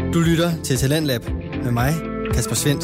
Du lytter til Talentlab med mig, Kasper Svendt.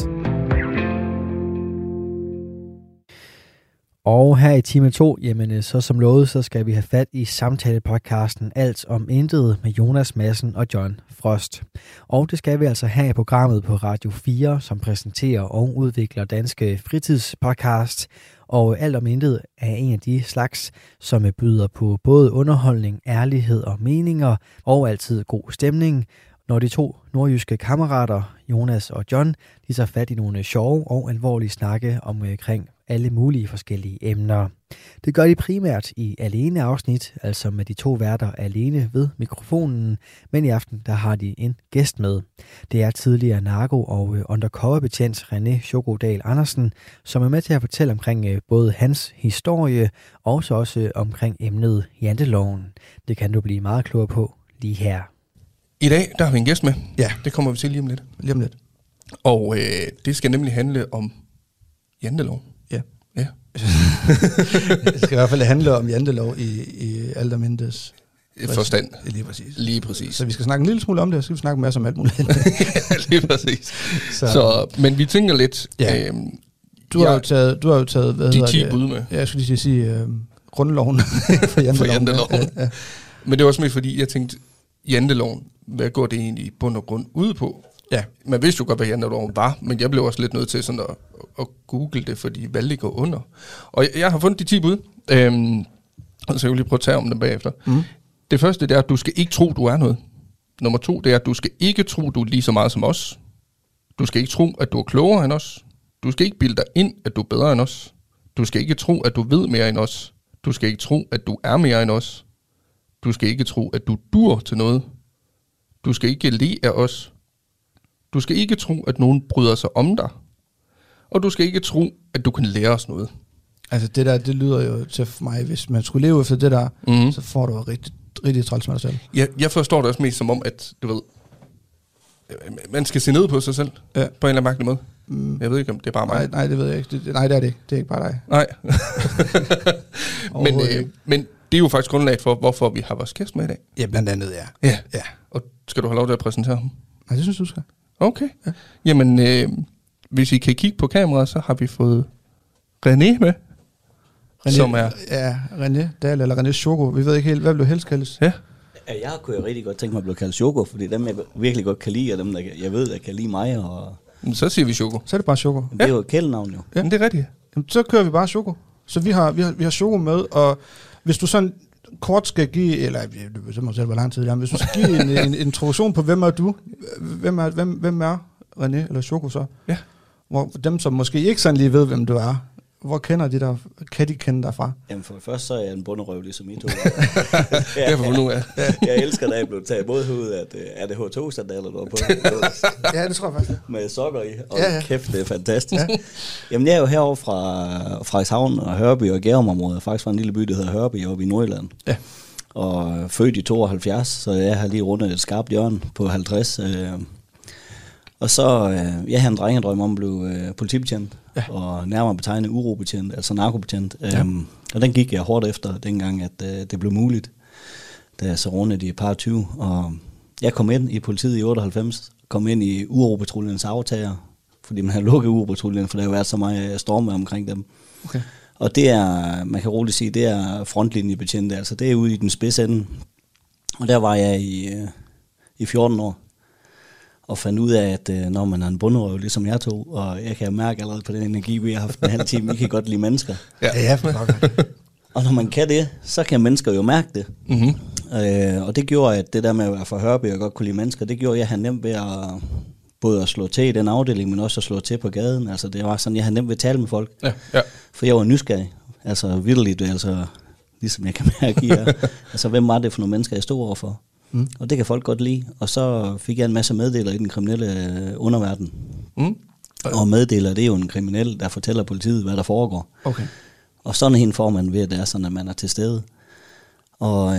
Og her i time 2, jamen så som lovet, så skal vi have fat i samtalepodcasten Alt om Intet med Jonas Madsen og John Frost. Og det skal vi altså have i programmet på Radio 4, som præsenterer og udvikler danske fritidspodcast. Og Alt om Intet er en af de slags, som byder på både underholdning, ærlighed og meninger, og altid god stemning, når de to nordjyske kammerater, Jonas og John, de tager fat i nogle sjove og alvorlige snakke omkring alle mulige forskellige emner. Det gør de primært i alene afsnit, altså med de to værter alene ved mikrofonen, men i aften der har de en gæst med. Det er tidligere narko- og undercoverbetjent René Chokodal Andersen, som er med til at fortælle omkring både hans historie og så også omkring emnet janteloven. Det kan du blive meget klogere på lige her. I dag, der har vi en gæst med. Ja. Det kommer vi til lige om lidt. Lige om lidt. Og det skal nemlig handle om janteloven. Ja. Ja. Det skal i hvert fald handle om jantelov i Alt om Intets forstand. Lige præcis. Lige præcis. Så vi skal snakke en lille smule om det, og så skal vi snakke mere om alt muligt. Lige præcis. Så, men vi tænker lidt... Ja. Du har jo taget hvad de 10 bud med. Ja, jeg skulle lige sige grundloven for janteloven. Ja. Men det var også mest fordi, jeg tænkte, janteloven, hvad går det egentlig i bund og grund ud på? Ja. Man vidste jo godt, hvad janteloven var, men jeg blev også lidt nødt til sådan at google det, fordi hvad ligger under. Og jeg har fundet de 10 bud, og så vil jeg lige prøve at tage om dem bagefter. Mm. Det første, det er, at du skal ikke tro, du er noget. Nummer 2, det er, at du skal ikke tro, du er lige så meget som os. Du skal ikke tro, at du er klogere end os. Du skal ikke bilde dig ind, at du er bedre end os. Du skal ikke tro, at du ved mere end os. Du skal ikke tro, at du er mere end os. Du skal ikke tro, at du dur til noget. Du skal ikke le af os. Du skal ikke tro, at nogen bryder sig om dig. Og du skal ikke tro, at du kan lære os noget. Altså det der, det lyder jo til mig, hvis man skulle leve efter det der, så får du rigtig træls med dig selv. Jeg forstår det også mest som om, at du ved, man skal se ned på sig selv, på en eller anden mærkelig måde. Jeg ved ikke, om det er bare mig. Nej, det ved jeg ikke. Nej, det er det ikke. Det er ikke bare dig. Nej. men det er jo faktisk grundlaget for, hvorfor vi har vores gæst med i dag. Ja, blandt andet, ja. Og skal du have lov til at præsentere ham? Nej, det synes du skal. Okay. Ja. Jamen, hvis I kan kigge på kameraet, så har vi fået René med. Som er... Ja, René Dahl eller René Choko. Vi ved ikke helt, hvad vil du helst kaldes? Ja. Jeg kunne jo rigtig godt tænke mig at blive kaldt Choko, fordi dem, jeg virkelig godt kan lide, og dem, der jeg ved, der kan lide mig. Og... Så siger vi Choko. Så er det bare Choko. Det er jo et kælenavn, jo. Ja, men det er rigtigt. Jamen, så kører vi bare Choko. Så vi har Choko med, og hvis du sådan kort skal give, eller så må du selv, hvor lang tid det er, hvis du skal give en introduktion på, hvem er du? Hvem er René eller Choko så? Ja. Hvor dem, som måske ikke sådan lige ved, hvem du er, hvor kan de kende dig fra? Jamen for det første, så er jeg en bunderøv, ligesom I to. Derfor nu er. Jeg elsker, da jeg blev taget imod hovedet, at er det H2-sandaler, du har på? Ja, det tror jeg faktisk. Med sokker i, og kæft, det er fantastisk. Ja. Jamen jeg er jo herovre fra Frederikshavn og Hørby og Gærumområdet, faktisk fra en lille by, der hedder Hørby, oppe i Nordjylland. Ja. Og født i 72, så jeg har lige rundet et skarpt hjørne på 50. Og så, jeg havde en drengedrøm om at blive politibetjent, og nærmere betegnet urobetjent, altså narkobetjent. Og den gik jeg hårdt efter, dengang at det blev muligt, da jeg så rundede i et par 20. Og jeg kom ind i politiet i 98, kom ind i urobetruljens aftager, fordi man har lukket uropatruljen, for der har været så meget storme omkring dem. Okay. Og det er, man kan roligt sige, det er frontlinjebetjente, altså det er ude i den spids ende. Og der var jeg i 14 år. Og fandt ud af, at når man er en bunderøv, ligesom jeg tog, og jeg kan mærke allerede på den energi, vi har haft en halv time, I kan godt lide mennesker. Ja, og når man kan det, så kan mennesker jo mærke det. Mm-hmm. Og det gjorde, at det der med at være fra Hørby og godt kunne lide mennesker, det gjorde, at jeg havde nemt ved at både at slå til i den afdeling, men også at slå til på gaden. Altså det var sådan, jeg havde nemt ved at tale med folk. Ja. For jeg var nysgerrig. Altså vitterligt, altså ligesom jeg kan mærke i jer. Altså hvem var det for nogle mennesker, jeg stod overfor? Mm. Og det kan folk godt lide. Og så fik jeg en masse meddelere i den kriminelle underverden. Mm. Og meddeler, det er jo en kriminel, der fortæller politiet, hvad der foregår. Okay. Og sådan en får man ved, at det er sådan, at man er til stede. Og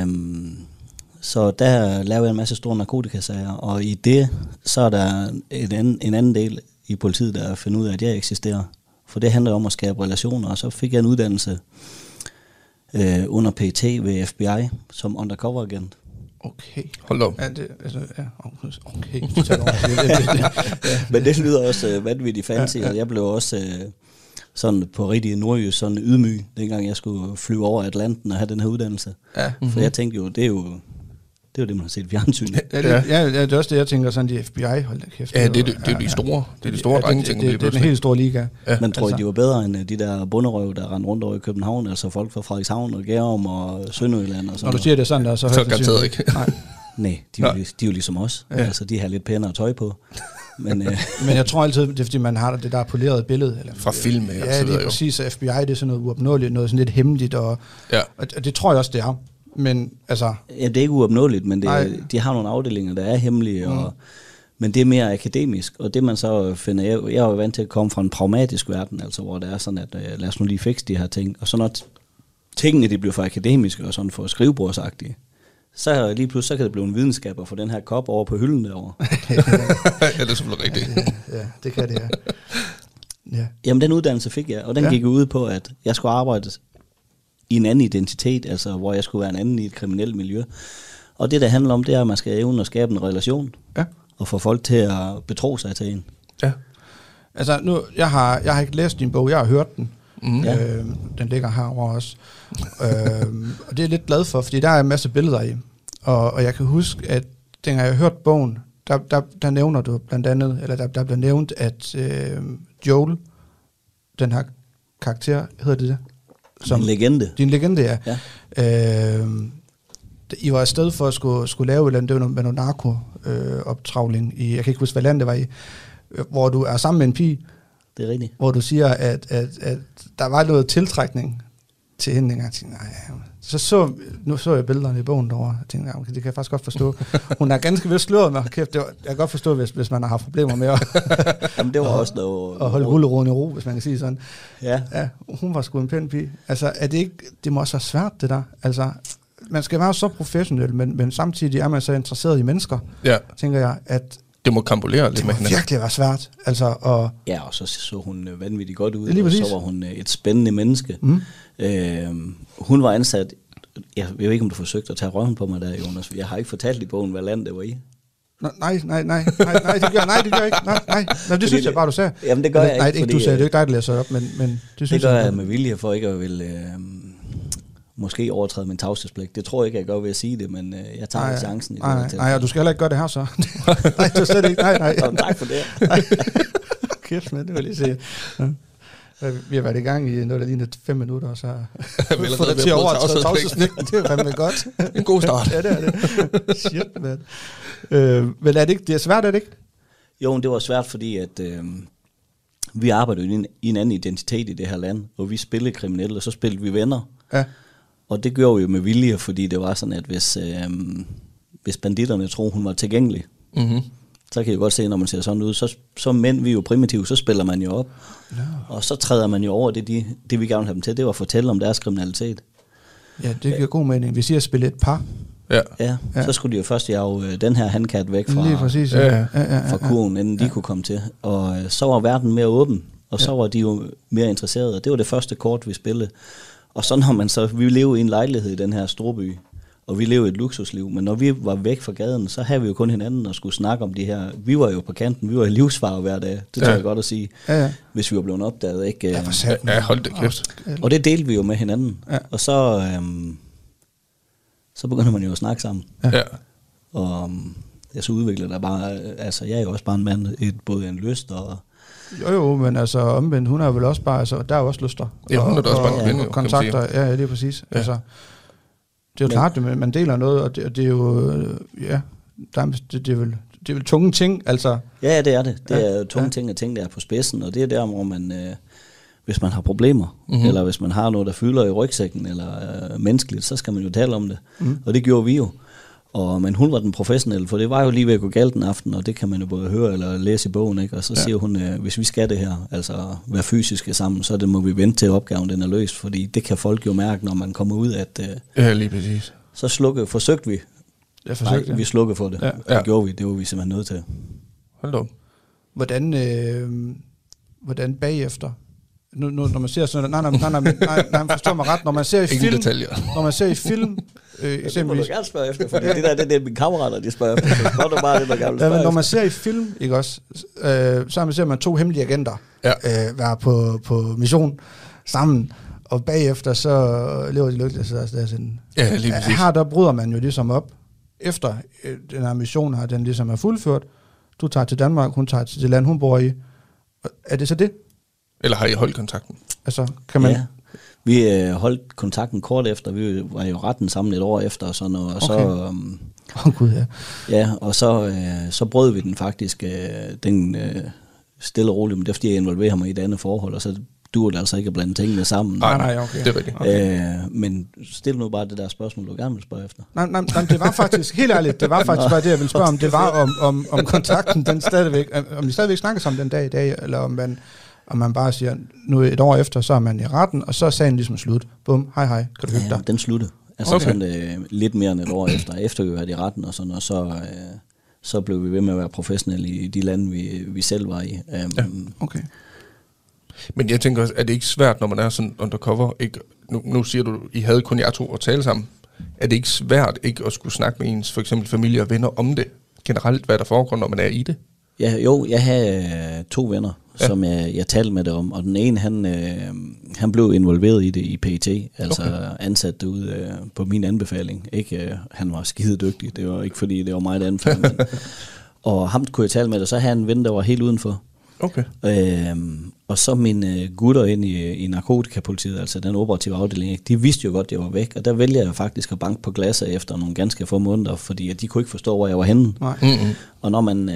så der laver jeg en masse store narkotikasager. Og i det, så er der en anden del i politiet, der finder ud af, at jeg eksisterer. For det handler om at skabe relationer. Og så fik jeg en uddannelse under PET ved FBI som undercover agent. Okay. Hold op. Ja, det, altså, ja, okay. Men det lyder også vanvittigt fancy, og jeg blev også sådan på rigtig nordjysk sådan ydmyg, dengang jeg skulle flyve over Atlanten og have den her uddannelse. Ja. For jeg tænkte jo, det er jo det, man har set i fjernsyn. Ja, det er også det, jeg tænker, sådan de FBI, hold da kæft. Ja, det er de store. Det er de store drengeting. Det er den helt store liga. Ja. Men tror I, de var bedre end de der bunderøv, der rendte rundt over i København, altså folk fra Frederikshavn og Gærum og Sønderjylland og sådan. Når du siger det sådan der, så så garanteret ikke. Nej. Nej, de er jo ligesom os. Ja. Altså, de har lidt pænere tøj på. Men jeg tror altid, det er fordi, man har det der polerede billede. Eller, fra film. Ja, det er præcis. FBI, det er sådan noget uopnåeligt, noget sådan lidt hemmeligt. Og det tror jeg også, det er. Men altså... Ja, det er ikke uopnåeligt, men de har nogle afdelinger, der er hemmelige, men det er mere akademisk, og det man så finder... Jeg er jo vant til at komme fra en pragmatisk verden, altså hvor det er sådan, at lad os nu lige fikse de her ting, og så når tingene de bliver for akademiske og sådan for skrivebordsagtige, så lige pludselig så kan det blive en videnskab at få den her kop over på hylden derovre. Ja, det er selvfølgelig rigtigt. Ja, det kan det, ja. Jamen, den uddannelse fik jeg, og den gik ud på, at jeg skulle arbejde i en anden identitet, altså hvor jeg skulle være en anden i et kriminelt miljø. Og det, der handler om, det er, at man skal evne at skabe en relation, og få folk til at betro sig til en. Ja. Altså, nu, jeg har ikke læst din bog, jeg har hørt den. Den ligger herovre også. Og det er jeg lidt glad for, fordi der er en masse billeder i. Og jeg kan huske, at dengang jeg hørte bogen, der nævner du blandt andet, eller der bliver nævnt, at Joel, den her karakter, hedder det? Som legende. Din legende, ja. I var afsted for at skulle lave et eller andet, med noget narko-optravling i, jeg kan ikke huske, hvad land det var i, hvor du er sammen med en pige. Det er rigtigt. Hvor du siger, at der var noget tiltrækning til hende, og jeg tænkte, nu så jeg billederne i bogen derovre, og tænkte, okay, det kan jeg faktisk godt forstå. Hun er ganske vist sløret med, kæft, jeg kan godt forstå, hvis man har haft problemer med at, jamen, det var også noget, at holde rulleråden i ro, hvis man kan sige sådan. Ja. Hun var sgu en pæn pige. Altså, er det ikke, det må også være svært, det der. Altså, man skal være så professionel, men samtidig er man så interesseret i mennesker, tænker jeg, at det må kampolere lidt med hende. Det må virkelig være svært. Altså, ja, og så hun vanvittigt godt ud, og så var hun et spændende menneske. Hun var ansat, jeg ved ikke, om du forsøgte at tage røven på mig der, Jonas. Jeg har ikke fortalt i bogen, hvad land det var i. Nej, det gør jeg ikke. Nej, det synes jeg bare, du sagde. Jamen, det gør jeg ikke. Nej, ikke du sagde, det er ikke dig, der læser op, men det synes det gør jeg med vilje, for ikke at vil måske overtræde min tavshedspligt. Det tror jeg ikke, jeg gør ved at sige det, men jeg tager chancen i det her. Nej, og du skal heller ikke gøre det her så. Nej, du slet ikke. Nej. Tak for det. Kæft, men det var lige se. Vi har været i gang i noget, der ligner 5 minutter, og så får det til at overtræde tavshedspligten. Det er fandme godt. En god start. Ja, det er det. Shit, mand. Men er det ikke, det er svært, er det ikke? Jo, det var svært, fordi at vi arbejdede i en anden identitet i det her land, og vi spillede kriminelle, og så spillede vi venner. Ja. Og det gjorde vi jo med vilje, fordi det var sådan, at hvis banditterne troede, hun var tilgængelig, så kan jeg godt se, når man ser sådan ud, så mænd vi jo primitive, så spiller man jo op. No. Og så træder man jo over det vi gerne vil have dem til, det var at fortælle om deres kriminalitet. Ja, det giver god mening. Vi siger at spille et par. Ja, så skulle de jo først jage den her handkat væk fra kurven, inden de kunne komme til. Og så var verden mere åben, og så var de jo mere interesserede. Og det var det første kort, vi spillede. Og så når man vi levede i en lejlighed i den her storby, og vi levede et luksusliv, men når vi var væk fra gaden, så havde vi jo kun hinanden og skulle snakke om de her. Vi var jo på kanten, vi var i livsfare hver dag, det tror jeg godt at sige, hvis vi var blevet opdaget. Ikke? Ja, hold det kæft. Og det delte vi jo med hinanden, og så begynder man jo at snakke sammen. Ja. Og så udvikler der bare, altså jeg er jo også bare en mand, både en lyst og... Jo, men altså omvendt, hun er vel også bare, altså der er jo også lyster. Ja, hun er da også bare en kvinde, og kontakter, ja, det er præcis. Ja. Altså, det er jo klart, at man deler noget, og det er jo, det er vel tunge ting, altså. Ja, det er det. Det er tunge ting, og ting, der er på spidsen, og det er der, hvor man, hvis man har problemer, eller hvis man har noget, der fylder i rygsækken, eller menneskeligt, så skal man jo tale om det. Og det gjorde vi jo. Men hun var den professionelle, for det var jo lige ved at gå galt den aften, og det kan man jo både høre eller læse i bogen, ikke? Og så siger hun, hvis vi skal det her, altså være fysiske sammen, så det må vi vente til opgaven den er løst, fordi det kan folk jo mærke, når man kommer ud, at ja, lige præcis. Så forsøgte vi. Vi slukkede for det. Det gjorde vi, det var vi simpelthen nødt til. Hold da op. Hvordan bagefter? Nu, når man ser sådan, nej, forstår mig ret, når man ser i film, når man ser i film, Det må du gerne spørge efter, for det er mine kammerater, de spørger efter. Så spørger du bare det, der gerne vil spørge når man ser i film, ikke også, så ser man 2 hemmelige agenter være på mission sammen, og bagefter så lever de lykkeligt. Her der bryder man jo ligesom op, efter den her mission her, den ligesom er fuldført. Du tager til Danmark, hun tager til det land, hun bor i. Er det så det? Eller har I holdt kontakten? Altså, kan man... Ja. Vi holdt kontakten kort efter. Vi var jo retten sammen et år efter og sådan noget. Og så, Gud, ja. Ja, og så brød vi den faktisk stille og roligt, men det er fordi jeg involverer mig i et andet forhold, og så duer det altså ikke at blande tingene sammen. Nej, okay. Det er rigtigt. Okay. Men stil nu bare det der spørgsmål, du gerne vil spørge efter. Nej, det var faktisk, helt ærligt, det var faktisk bare det, jeg ville spørge om. Det var om kontakten, den stadigvæk, om I stadigvæk snakker sammen den dag i dag, eller om man bare siger, nu et år efter, så er man i retten, og så er sagen ligesom slut. Bum, hej, kan du hygge dig? Den sluttede. Altså sådan lidt mere end et år efter vi var i retten og sådan, og så blev vi ved med at være professionelle i de lande, vi selv var i. Okay. Men jeg tænker også, er det ikke svært, når man er sådan undercover? Ikke, nu siger du, I havde kun jer 2 at tale sammen. Er det ikke svært ikke at skulle snakke med ens for eksempel familie og venner om det? Generelt, hvad der foregår, når man er i det? Ja, jo, jeg havde 2 venner, som jeg talte med det om, og den ene, han blev involveret i det i PET, altså ansat derude på min anbefaling. Ikke, han var skide dygtig, det var ikke fordi, det var mig, der anbefalede, og ham kunne jeg tale med, og så havde han en ven, der var helt udenfor. Okay. Og så mine gutter ind i narkotikapolitiet, altså den operative afdeling, de vidste jo godt, at jeg var væk, og der vælger jeg faktisk at banke på glasset efter nogle ganske få måneder, fordi de kunne ikke forstå, hvor jeg var henne. Og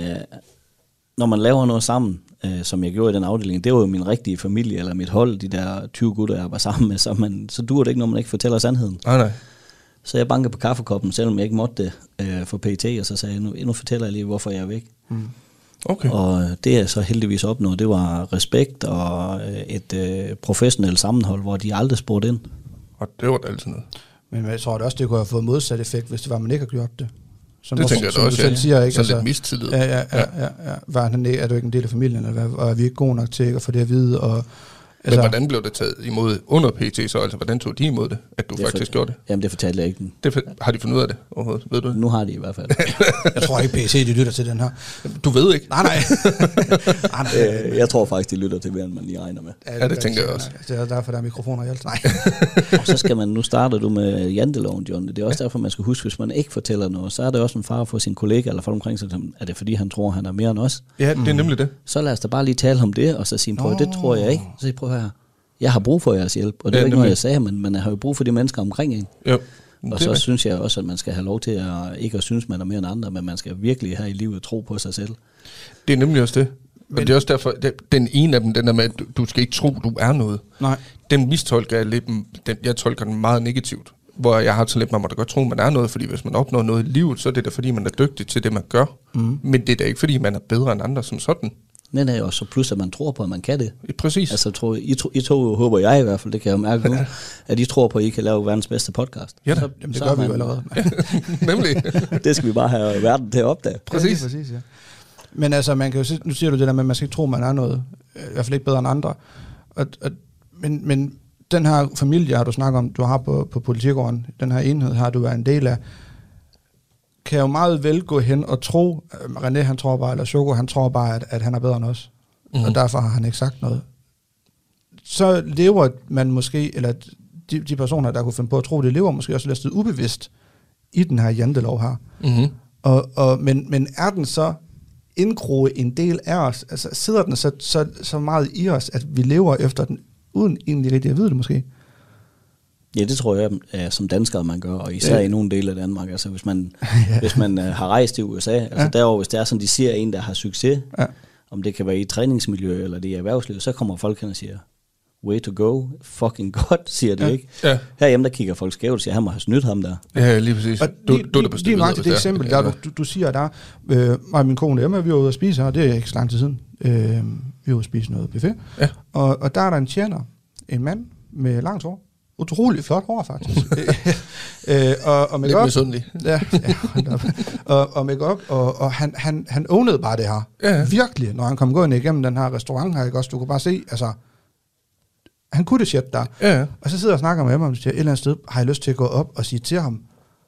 når man laver noget sammen, som jeg gjorde i den afdeling, det var jo min rigtige familie, eller mit hold, de der 20 gutter, jeg var sammen med, så duer det ikke, når man ikke fortæller sandheden. Nej. Så jeg bankede på kaffekoppen, selvom jeg ikke måtte det for PET, og så sagde jeg, nu fortæller jeg lige, hvorfor jeg er væk. Okay. Og det jeg så heldigvis opnået, det var respekt og et professionelt sammenhold, hvor de aldrig spurgte ind. Og det var det altid noget. Men jeg tror også, det kunne have fået modsat effekt, hvis det var, man ikke har gjort det. Som det tænker jeg da også, siger, ikke? Sådan lidt mistillid. Ja. Er du ikke en del af familien, eller hvad? Og er vi ikke gode nok til at få det at vide? Og, men hvordan blev det taget imod under PET så? Altså, hvordan tog de imod det, at du faktisk gjorde det? Jamen, det fortalte jeg ikke. Har de fundet ud af det overhovedet? Ved du det? Nu har de i hvert fald. Jeg tror ikke, PET de lytter til den her. Du ved ikke? Nej. Jeg tror faktisk, de lytter til mere, end man lige regner med. Ja, det tænker jeg også. Det er derfor, der er mikrofoner i alt. Nej. Og så skal man, nu starter du med janteloven, John. Det er også derfor, man skal huske, hvis man ikke fortæller noget, så er det også en fare for sin kollega eller folk omkring sig. Er det fordi, han tror, han er mere end os? Ja, det er nemlig det. Så lad os da bare lige tale om det, og så sige, prøv, det tror jeg ikke. Så sige, prøv her. Jeg har brug for jeres hjælp, og det er ikke noget, jeg sagde, men man har jo brug for de mennesker omkring en. Jo. Og så synes jeg også, at man skal have lov til at ikke at synes, man er mere end andre, men man skal virkelig have i livet tro på sig selv. Det er nemlig også det. Og det er også derfor, den ene af dem, den der med, at du skal ikke tro, du er noget. Nej. Den mistolker jeg lidt, jeg tolker den meget negativt. Hvor jeg har til lidt, man må da godt tro, man er noget, fordi hvis man opnår noget i livet, så er det da fordi, man er dygtig til det, man gør. Men det er da ikke fordi, man er bedre end andre som sådan. Nej, og så plus, at man tror på, at man kan det. Præcis. Altså, I to håber jeg i hvert fald, det kan jeg jo mærke nu, at I tror på, at I kan lave verdens bedste podcast. Ja, jamen, det gør vi jo allerede. Nemlig. Det skal vi bare have verden til at opdage. Præcis, ja. Men altså, man kan jo, nu siger du det der med, at man skal ikke tro, man er noget. I hvert fald ikke bedre end andre. Men den her familie, har du snakket om, du har på Politigården, den her enhed, har du været en del af, kan jo meget vel gå hen og tro, René han tror bare, eller Choco han tror bare, at han er bedre end os. Og derfor har han ikke sagt noget. Så lever man måske, eller de personer, der kunne finde på at tro, det lever måske også lidt ubevidst i den her jantelov her. Men er den så indgroet en del af os? Altså sidder den så meget i os, at vi lever efter den, uden egentlig rigtig at vide det måske? Ja, det tror jeg, som danskere man gør, og især i nogle dele af Danmark. Altså hvis man har rejst i USA, altså derovre, hvis det er sådan, de siger en, der har succes, om det kan være i træningsmiljø eller det i erhvervslivet, så kommer folk hen og siger, way to go, fucking godt, siger det ikke. Ja. Herhjemme, der kigger folk skævt og siger, han må have snydt ham der. Ja, lige præcis. Og det er nok det eksempel, der du siger der, mig og min kone hjemme, vi var ude at spise, og det er ikke så lang tid siden, vi var ude at spise noget buffet, og der er der en tjener, en mand med langt hår, utrolig flot hår, faktisk. Og make up. Lidt misundelig. Og make up, og han ownede bare det her. Ja. Virkelig, når han kom gående igennem den her restaurant her, ikke også? Du kunne bare se, altså, han kunne det shit der. Ja. Og så sidder jeg og snakker med ham, og siger, et eller andet sted, har jeg lyst til at gå op og sige til ham,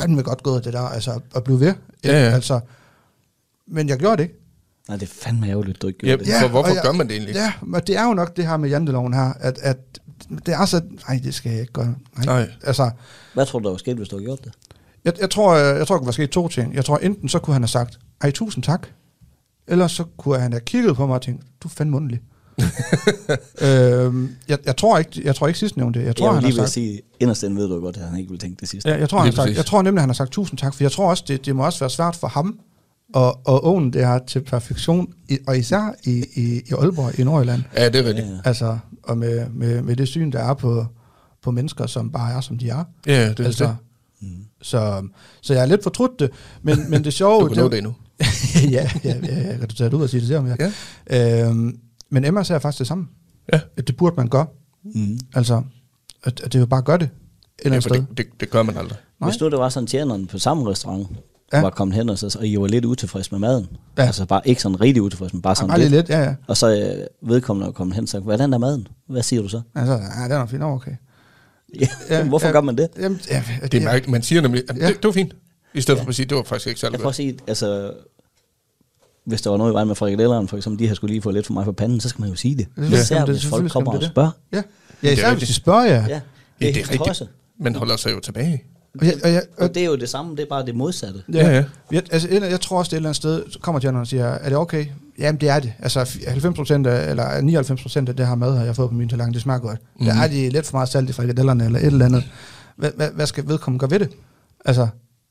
fandme godt gået det der, altså at blive ved. Ja. Altså, men jeg gjorde det ikke. Nej, det er fandme ærgerligt, du ikke gjorde det. Ja, hvorfor gør man det egentlig? Ja, men det er jo nok det her med janteloven her, at det er så, nej, det skal jeg ikke gøre. Nej. Altså, hvad tror du, der var sket, hvis du havde gjort det? Jeg tror, der kunne være sket 2 ting. Jeg tror, enten så kunne han have sagt, tusind tak, eller så kunne han have kigget på mig og tænkt, du er fandme underlig. Jeg tror ikke sidst nævnte det. Jeg vil lige vil sige, inderst ved du godt, at han ikke ville tænke det sidste. Ja, jeg tror nemlig, at han har sagt tusind tak, for jeg tror også, det må også være svært for ham at åbne det her til perfektion, og især i Aalborg, i Nordjylland. Ja, det er rigtigt. Altså, og med det syn, der er på mennesker, som bare er, som de er. Ja, det er altså, det. Så jeg er lidt fortrudt det, men det sjove... Du kan nå det endnu. ja, jeg kan tage det ud og sige det til ham, ja. Men Emma sagde faktisk det samme. Ja. Det burde man gøre. Altså, at det jo bare gør det. Ja, for det gør man aldrig. Hvis nu det var sådan, tjeneren på samme restaurant var kommet hen, og I var lidt utilfreds med maden. Ja. Altså bare ikke sådan rigtig utilfreds, men bare sådan bare lidt. Ja. Og så vedkommende er kommet hen og sagt, hvordan er maden? Hvad siger du så? Altså, det er fint, okay. Ja, hvorfor gør man det? Jamen, det er mærkeligt. Man siger nemlig, det var fint. I stedet for at sige, det var faktisk ikke særlig godt. Jeg får sige, altså, hvis der var noget i vejen med frikadellerne, for eksempel, de her skulle lige få lidt for mig på panden, så skal man jo sige det. Især hvis folk kommer og spørger. Ja, især hvis de spørger, ja. Det er rigtigt. Man holder sig jo tilbage. Og det er jo det samme, det er bare det modsatte. Ja. Jeg tror også, det et eller andet sted, så kommer tjeneren og siger, er det okay? Jamen, det er det. Altså 90% eller 99% af det her mad, jeg har fået på min tallerken, det smager godt. Der er de lidt for meget salt i frikadellerne, eller et eller andet. Hvad skal vedkommende gøre ved det? Altså...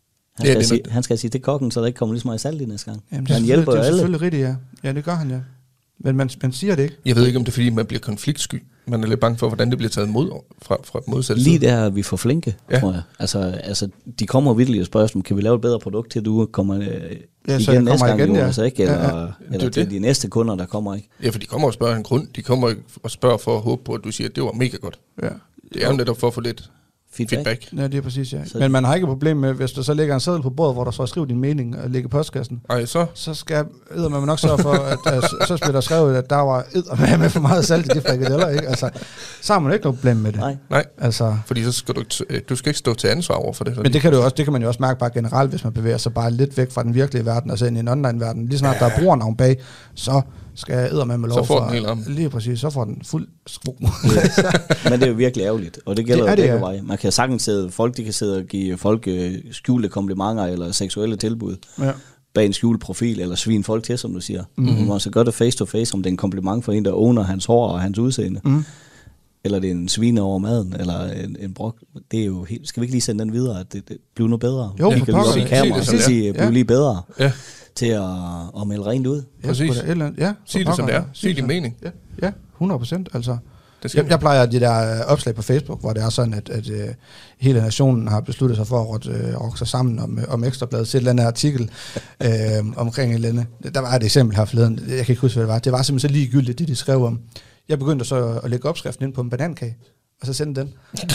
Han skal sige til kokken, så der ikke kommer lige så meget salt i næste gang. Jamen, han hjælper jo alle. Det er selvfølgelig rigtigt, ja. Ja, det gør han, ja. Men man siger det ikke. Jeg ved ikke, om det er, fordi man bliver konfliktsky. Man er lidt bange for, hvordan det bliver taget imod fra modsatte side. Lige der er vi for flinke, tror jeg. Altså, de kommer virkelig og spørger os, kan vi lave et bedre produkt til, du kommer igen næste gang, igen, Jonas, ikke? Eller til de næste kunder, der kommer, ikke? Ja, for de kommer og spørger en grund. De kommer og spørger for at håbe på, at du siger, at det var mega godt. Ja. Det er jo netop for at få lidt feedback. Ja, det er præcis, ja. Men man har ikke et problem med, hvis der så ligger en seddel på bordet, hvor der så skriver din mening og ligger i postkassen. Så skal man nok sørge for, at så bliver der skrevet, at der var med for meget salt i de frikadeller, ikke? Altså, så har man ikke noget problem med det. Nej. Altså, fordi så skal du skal ikke stå til ansvar over for det. Men det kan man jo også mærke bare generelt, hvis man bevæger sig bare lidt væk fra den virkelige verden, altså ind i en online-verden. Lige snart der er brugernavn bag, så skal jeg eddermame med lov for... Så får den helt om. Lige præcis, så får den fuld skru. Men det er jo virkelig ærgerligt, og det gælder jo begge veje. Man kan sagtens sidde, de kan sidde og give folk skjulte komplimenter eller seksuelle tilbud bag en skjult profil, eller svine folk til, som du siger. Man skal gøre det face to face, om det er en kompliment for en, der owner hans hår og hans udseende. Eller det er en svine over maden, eller en brok. Det er jo helt... Skal vi ikke lige sende den videre, at det bliver noget bedre? Jo, vi kan lukke i kamera og sige, bliver lige bedre. Ja. Til at melde rent ud. Præcis. Sig det som det er. Sig din mening. Ja, 100%. Altså, jeg plejer de der opslag på Facebook, hvor det er sådan, at hele nationen har besluttet sig for at rokke sig sammen om Ekstrabladet til et eller andet artikel omkring et eller andet. Der var et eksempel her forleden. Jeg kan ikke huske, hvad det var. Det var simpelthen så ligegyldigt, det de skrev om. Jeg begyndte så at lægge opskriften ind på en banankage, og så sende den.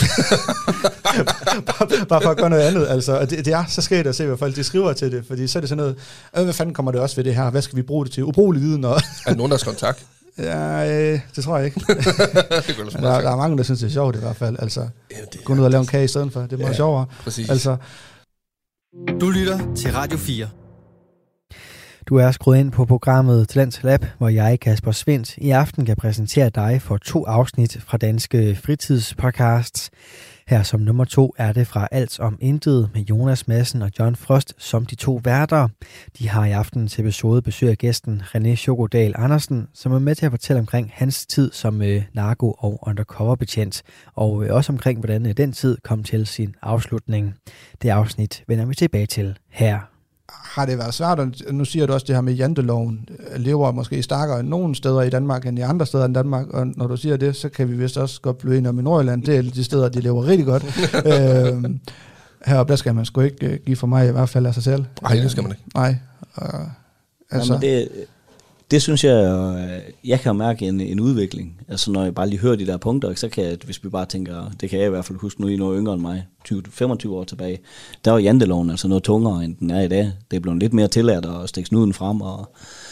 bare for at gøre noget andet. Altså, og det er så skægt at se, hvad folk de skriver til det, fordi så er det sådan noget, hvad fanden kommer det også ved det her? Hvad skal vi bruge det til? Ubrugelig viden. Og er nogen, der skal kontakt? Ja, det tror jeg ikke. der er mange, der synes, det er sjovt i hvert fald. Altså, gå ud og lave en kage i stedet for. Det er meget sjovere. Præcis. Altså. Du lytter til Radio 4. Du er skruet ind på programmet Talent Lab, hvor jeg, Kasper Svendt, i aften kan præsentere dig for 2 afsnit fra Danske Fritidspodcasts. Her som nummer 2 er det fra Alt om Intet med Jonas Madsen og John Frost som de 2 værter. De har i aftenens episode besøg af gæsten René Schokodal Andersen, som er med til at fortælle omkring hans tid som narko- og undercoverbetjent, og også omkring, hvordan den tid kom til sin afslutning. Det afsnit vender vi tilbage til her. Har det været svært, og nu siger du også det her med janteloven, lever måske stærkere nogle steder i Danmark end i andre steder i Danmark, og når du siger det, så kan vi vist også godt blive enige om i Nordjylland, det er de steder, de lever rigtig godt. Heroppe, der skal man sgu ikke give for mig i hvert fald af sig selv. Nej, det skal man ikke. Nej. Altså. Jamen det synes jeg kan mærke en udvikling. Altså når jeg bare lige hører de der punkter, så kan jeg, hvis vi bare tænker, det kan jeg i hvert fald huske nu, I er noget yngre end mig, 25 år tilbage, der var janteloven altså noget tungere, end den er i dag. Det er blevet lidt mere tilladt at stikke snuden frem.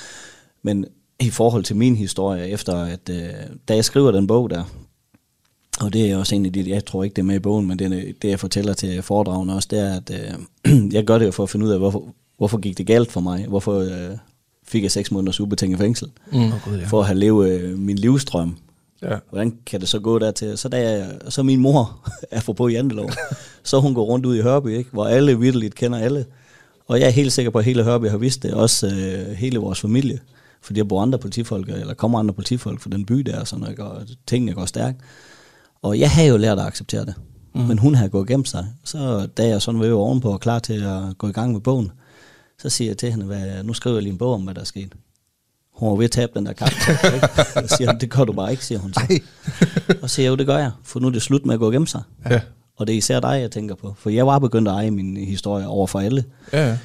Men i forhold til min historie, efter at da jeg skriver den bog der, Og det er også en af de, jeg tror ikke det er med i bogen, men det jeg fortæller til foredragene også, det er, at jeg gør det jo for at finde ud af, hvorfor gik det galt for mig? Hvorfor fik jeg 6 måneders ubetinget fængsel? For at have levet min livsdrøm. Ja. Hvordan kan det så gå dertil? Så min mor, apropos Jantelov, så hun går rundt ud i Hørby, ikke? Hvor alle vitterligt kender alle. Og jeg er helt sikker på, at hele Hørby har vidst det, også hele vores familie. Fordi jeg bor andre politifolk, eller kommer andre politifolk fra den by der, og sådan, og tingene går stærkt. Og jeg havde jo lært at acceptere det. Men hun havde gået gemt sig. Så da jeg sådan var ovenpå og klar til at gå i gang med bogen, så siger jeg til hende, nu skriver jeg lige en bog om, hvad der er sket. Hun var ved at tabe den der kamp. Så siger hun, det gør du bare ikke, siger hun så. Og så siger jeg, jo, det gør jeg, for nu er det slut med at gå og gemme sig. Ja. Og det er især dig, jeg tænker på. For jeg var begyndt at eje min historie over for alle. Ja.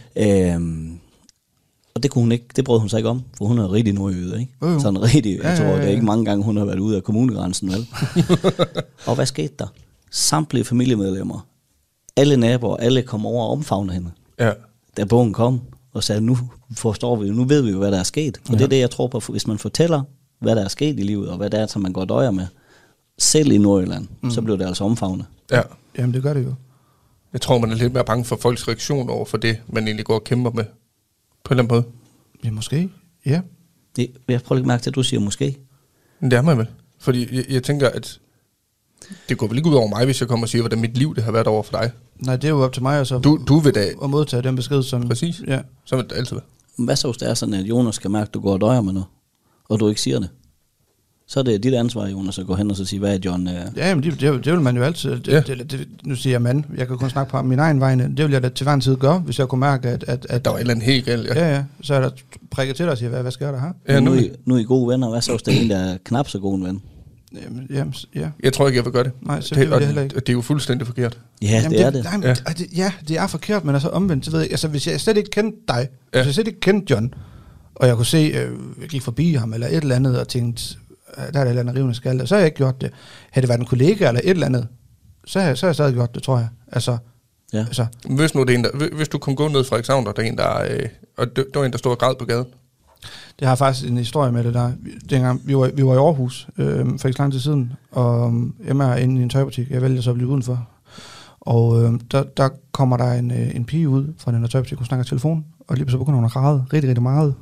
Og det kunne hun ikke, det brød hun sig ikke om, for hun er rigtig nordjyde, ikke? Sådan rigtig, jeg tror, det er ikke mange gange, hun har været ude af kommunegrænsen, vel? Og hvad skete der? Samtlige familiemedlemmer, alle naboer, alle kom over og omfavnede hende. Ja. Da bogen kom og sagde, nu forstår vi jo, nu ved vi jo, hvad der er sket. Og det er det, jeg tror på, hvis man fortæller, hvad der er sket i livet, og hvad det er, som man går døjer med, selv i Nordjylland, så bliver det altså omfavnet. Ja. Jamen, det gør det jo. Jeg tror, man er lidt mere bange for folks reaktion over for det, man egentlig går og kæmper med. På en eller anden måde. Ja, måske. Ja. Jeg prøver ikke mærke til, at du siger måske. Det er mig vel. Fordi jeg tænker, at det går vel ikke ud over mig, hvis jeg kommer og siger, hvordan mit liv det har været over for dig. Nej, det er jo op til mig så du vil da at modtage den besked, som... Præcis. Ja. Så vil det altid være. Hvad så, hvis det er sådan, at Jonas skal mærke, at du går og døjer med noget, og du ikke siger det? Så er det dit ansvar, Jonas, at gå hen og så sige, hvad er John? Ja, men det vil man jo altid. Nu siger jeg mand. Jeg kan kun snakke på min egen vegne. Det vil jeg da til hver en tid gøre, hvis jeg kunne mærke, at der var et eller andet helt galt. Ja. Så er der prikket til dig og siger, hvad sker der her? Ja, nu er I gode venner. Hvad så, hvis det er en, der er knap så god en ven? Jamen, ja. Jeg tror ikke, jeg vil gøre det. Nej, så det heller ikke. Det er jo fuldstændig forkert. Ja, det er det. Ja, det er forkert, men altså omvendt, så ved jeg, altså hvis jeg slet ikke kendte dig, hvis jeg slet ikke kendte John, og jeg kunne se, jeg gik forbi ham eller et eller andet, og tænkte, der er et eller andet rivende skalle, så har jeg ikke gjort det. Havde det været en kollega eller et eller andet, så har jeg stadig gjort det, tror jeg. Altså, ja. Altså. Hvis nu det er en, hvis du kom gå ned fra Frederikshavn, der er en, og der var en, der stod og græd på gaden. Det har faktisk en historie med det der. Dengang vi var i Aarhus for ikke så lang tid siden, og Emma er inde i en tøjbutik. Jeg vælger så at blive udenfor. Og der kommer der en pige ud fra den der tøjbutik, hun snakker telefon, og lige så begynder hun at græde rigtig, rigtig meget.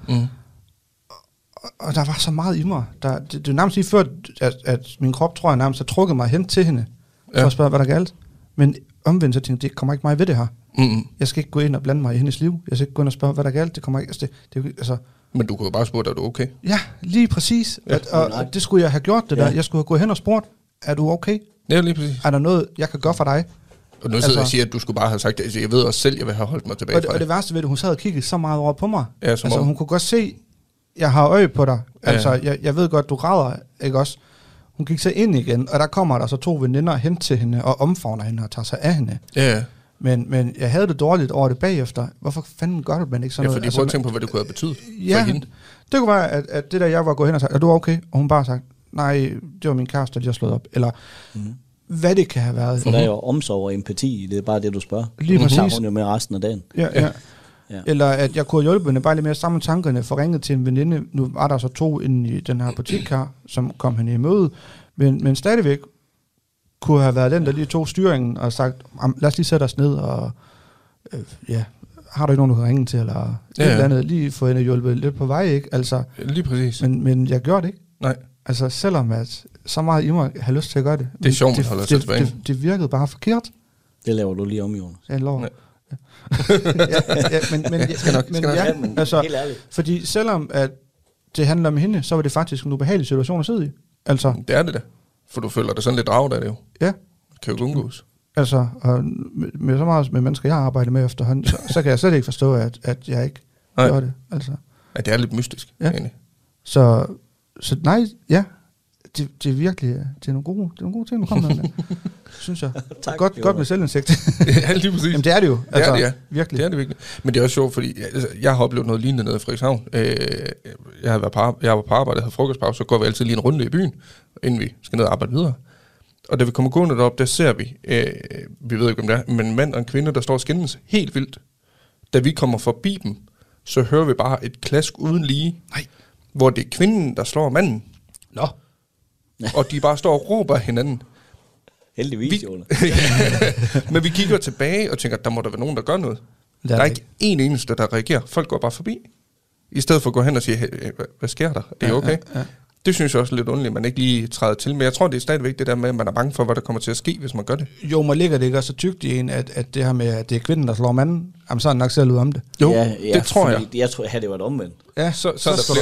Og der var så meget i mig. Det er nærmest lige før, at min krop, tror jeg, nærmest har trukket mig hen til hende, for at spørge, hvad der er galt. Men omvendt, så tænkte jeg, det kommer ikke mig ved det her. Jeg skal ikke gå ind og blande mig i hendes liv. Jeg skal ikke gå ind og spørge, hvad der er galt. Det kommer ikke... Altså, men du kunne jo bare spørge, er du okay? Ja, lige præcis. Ja. Og det skulle jeg have gjort, det der. Jeg skulle have gået hen og spurgt, er du okay? Ja, lige præcis. Er der noget, jeg kan gøre for dig? Og nu sidder jeg og siger, at du skulle bare have sagt det. Altså, jeg ved også selv, jeg vil have holdt mig tilbage fra og det værste ved det, hun sad og kiggede så meget over på mig. Ja, altså, hun kunne godt se, jeg har øje på dig. Altså, jeg ved godt, du græder, ikke også? Hun gik så ind igen, og der kommer der så 2 veninder hen til hende, og omfavner hende og tager sig af hende. Ja. Men jeg havde det dårligt over det bagefter. Hvorfor fanden gør man ikke sådan noget? Ja, fordi jeg prøvede at tænke på, hvad det kunne have betydet for hende. Det kunne være, at det der, jeg var gået hen og sagt, er du okay? Og hun bare sagt, nej, det var min kæreste, der lige har slået op. Eller hvad det kan have været. For der er jo omsorg og empati, det er bare det, du spørger. Lige præcis. Så hun jo med resten af dagen. Ja. Eller at jeg kunne hjælpe hende bare lidt mere sammen tankerne, for ringet til en veninde. Nu var der så 2 inde i den her butik her, som kom hende i møde. Men stadigvæk kunne have været den, der lige tog styringen og sagt, lad os lige sætte os ned og har du ikke nogen, du kan ringe til, eller et eller andet, lige få hende hjulpet lidt på vej, ikke? Altså, lige præcis. Men jeg gjorde det ikke. Nej. Altså, selvom at så meget i mig har lyst til at gøre det. Det er sjovt, man holder sig tilbage. Det virkede bare forkert. Det laver du lige om, Jonas. Jeg lover. Men altså, fordi selvom at det handler om hende, så var det faktisk en ubehagelig situation at sidde i. Altså, det er det da. For du føler dig sådan lidt draget af det jo. Ja. Det kan jo undgås. Altså, og med så meget med mennesker, jeg har arbejdet med efterhånden, så kan jeg slet ikke forstå, at jeg ikke gør det. Altså. Ja, det er lidt mystisk, egentlig. Så nej, ja. Det er virkelig, det er nogle gode ting, du kommer med. Synes jeg. Tak, godt med selvindsigt. Ja, lige præcis. Jamen det er det jo. Altså, det er det, virkelig. Det er det virkelig. Men det er også sjovt, fordi jeg har oplevet noget lignende nede i Frederikshavn. Jeg var på arbejde, havde frokostpause, så går vi altid lige en runde i byen, inden vi skal ned og arbejde videre. Og da vi kommer gående derop, der ser vi, vi ved ikke om det er, men en mand og en kvinde, der står og skændes helt vildt. Da vi kommer forbi dem, så hører vi bare et klask uden lige, hvor det er kvinden, der slår manden. Nå. Og de bare står og råber hinanden. Heldigvis, Jonas. Men vi kigger tilbage og tænker, der må der være nogen, der gør noget. Der er ikke en eneste, der reagerer. Folk går bare forbi. I stedet for at gå hen og sige, hey, hvad sker der? Det er okay. Ja. Det synes jeg også er lidt underligt, at man ikke lige træder til. Men jeg tror, det er stadigvæk det der med, at man er bange for, hvad der kommer til at ske, hvis man gør det. Jo, man ligger det ikke også så tykt i en, at det her med, at det er kvinden, der slår manden, jamen så er han nok selv ud om det. Jo, det tror jeg. Jeg tror, at det var et omvendt. Ja, så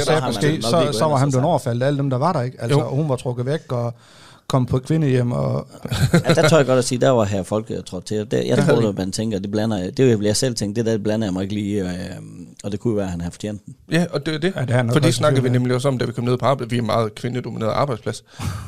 var han blevet overfaldet af alle dem, der var der, ikke? Altså, hun var trukket væk og kom på kvindehjem og... Ja, der tror jeg godt at sige, der var her folk, jeg tror til. Jeg tror, at man tænker, det blander... Det vil jeg selv tænke, det der blander jeg mig ikke lige, og det kunne være, at han har fortjent den. Ja, og det er det. Ja, det for det snakker vi nemlig også om, da vi kom ned på arbejde. Vi er en meget kvindedomineret arbejdsplads.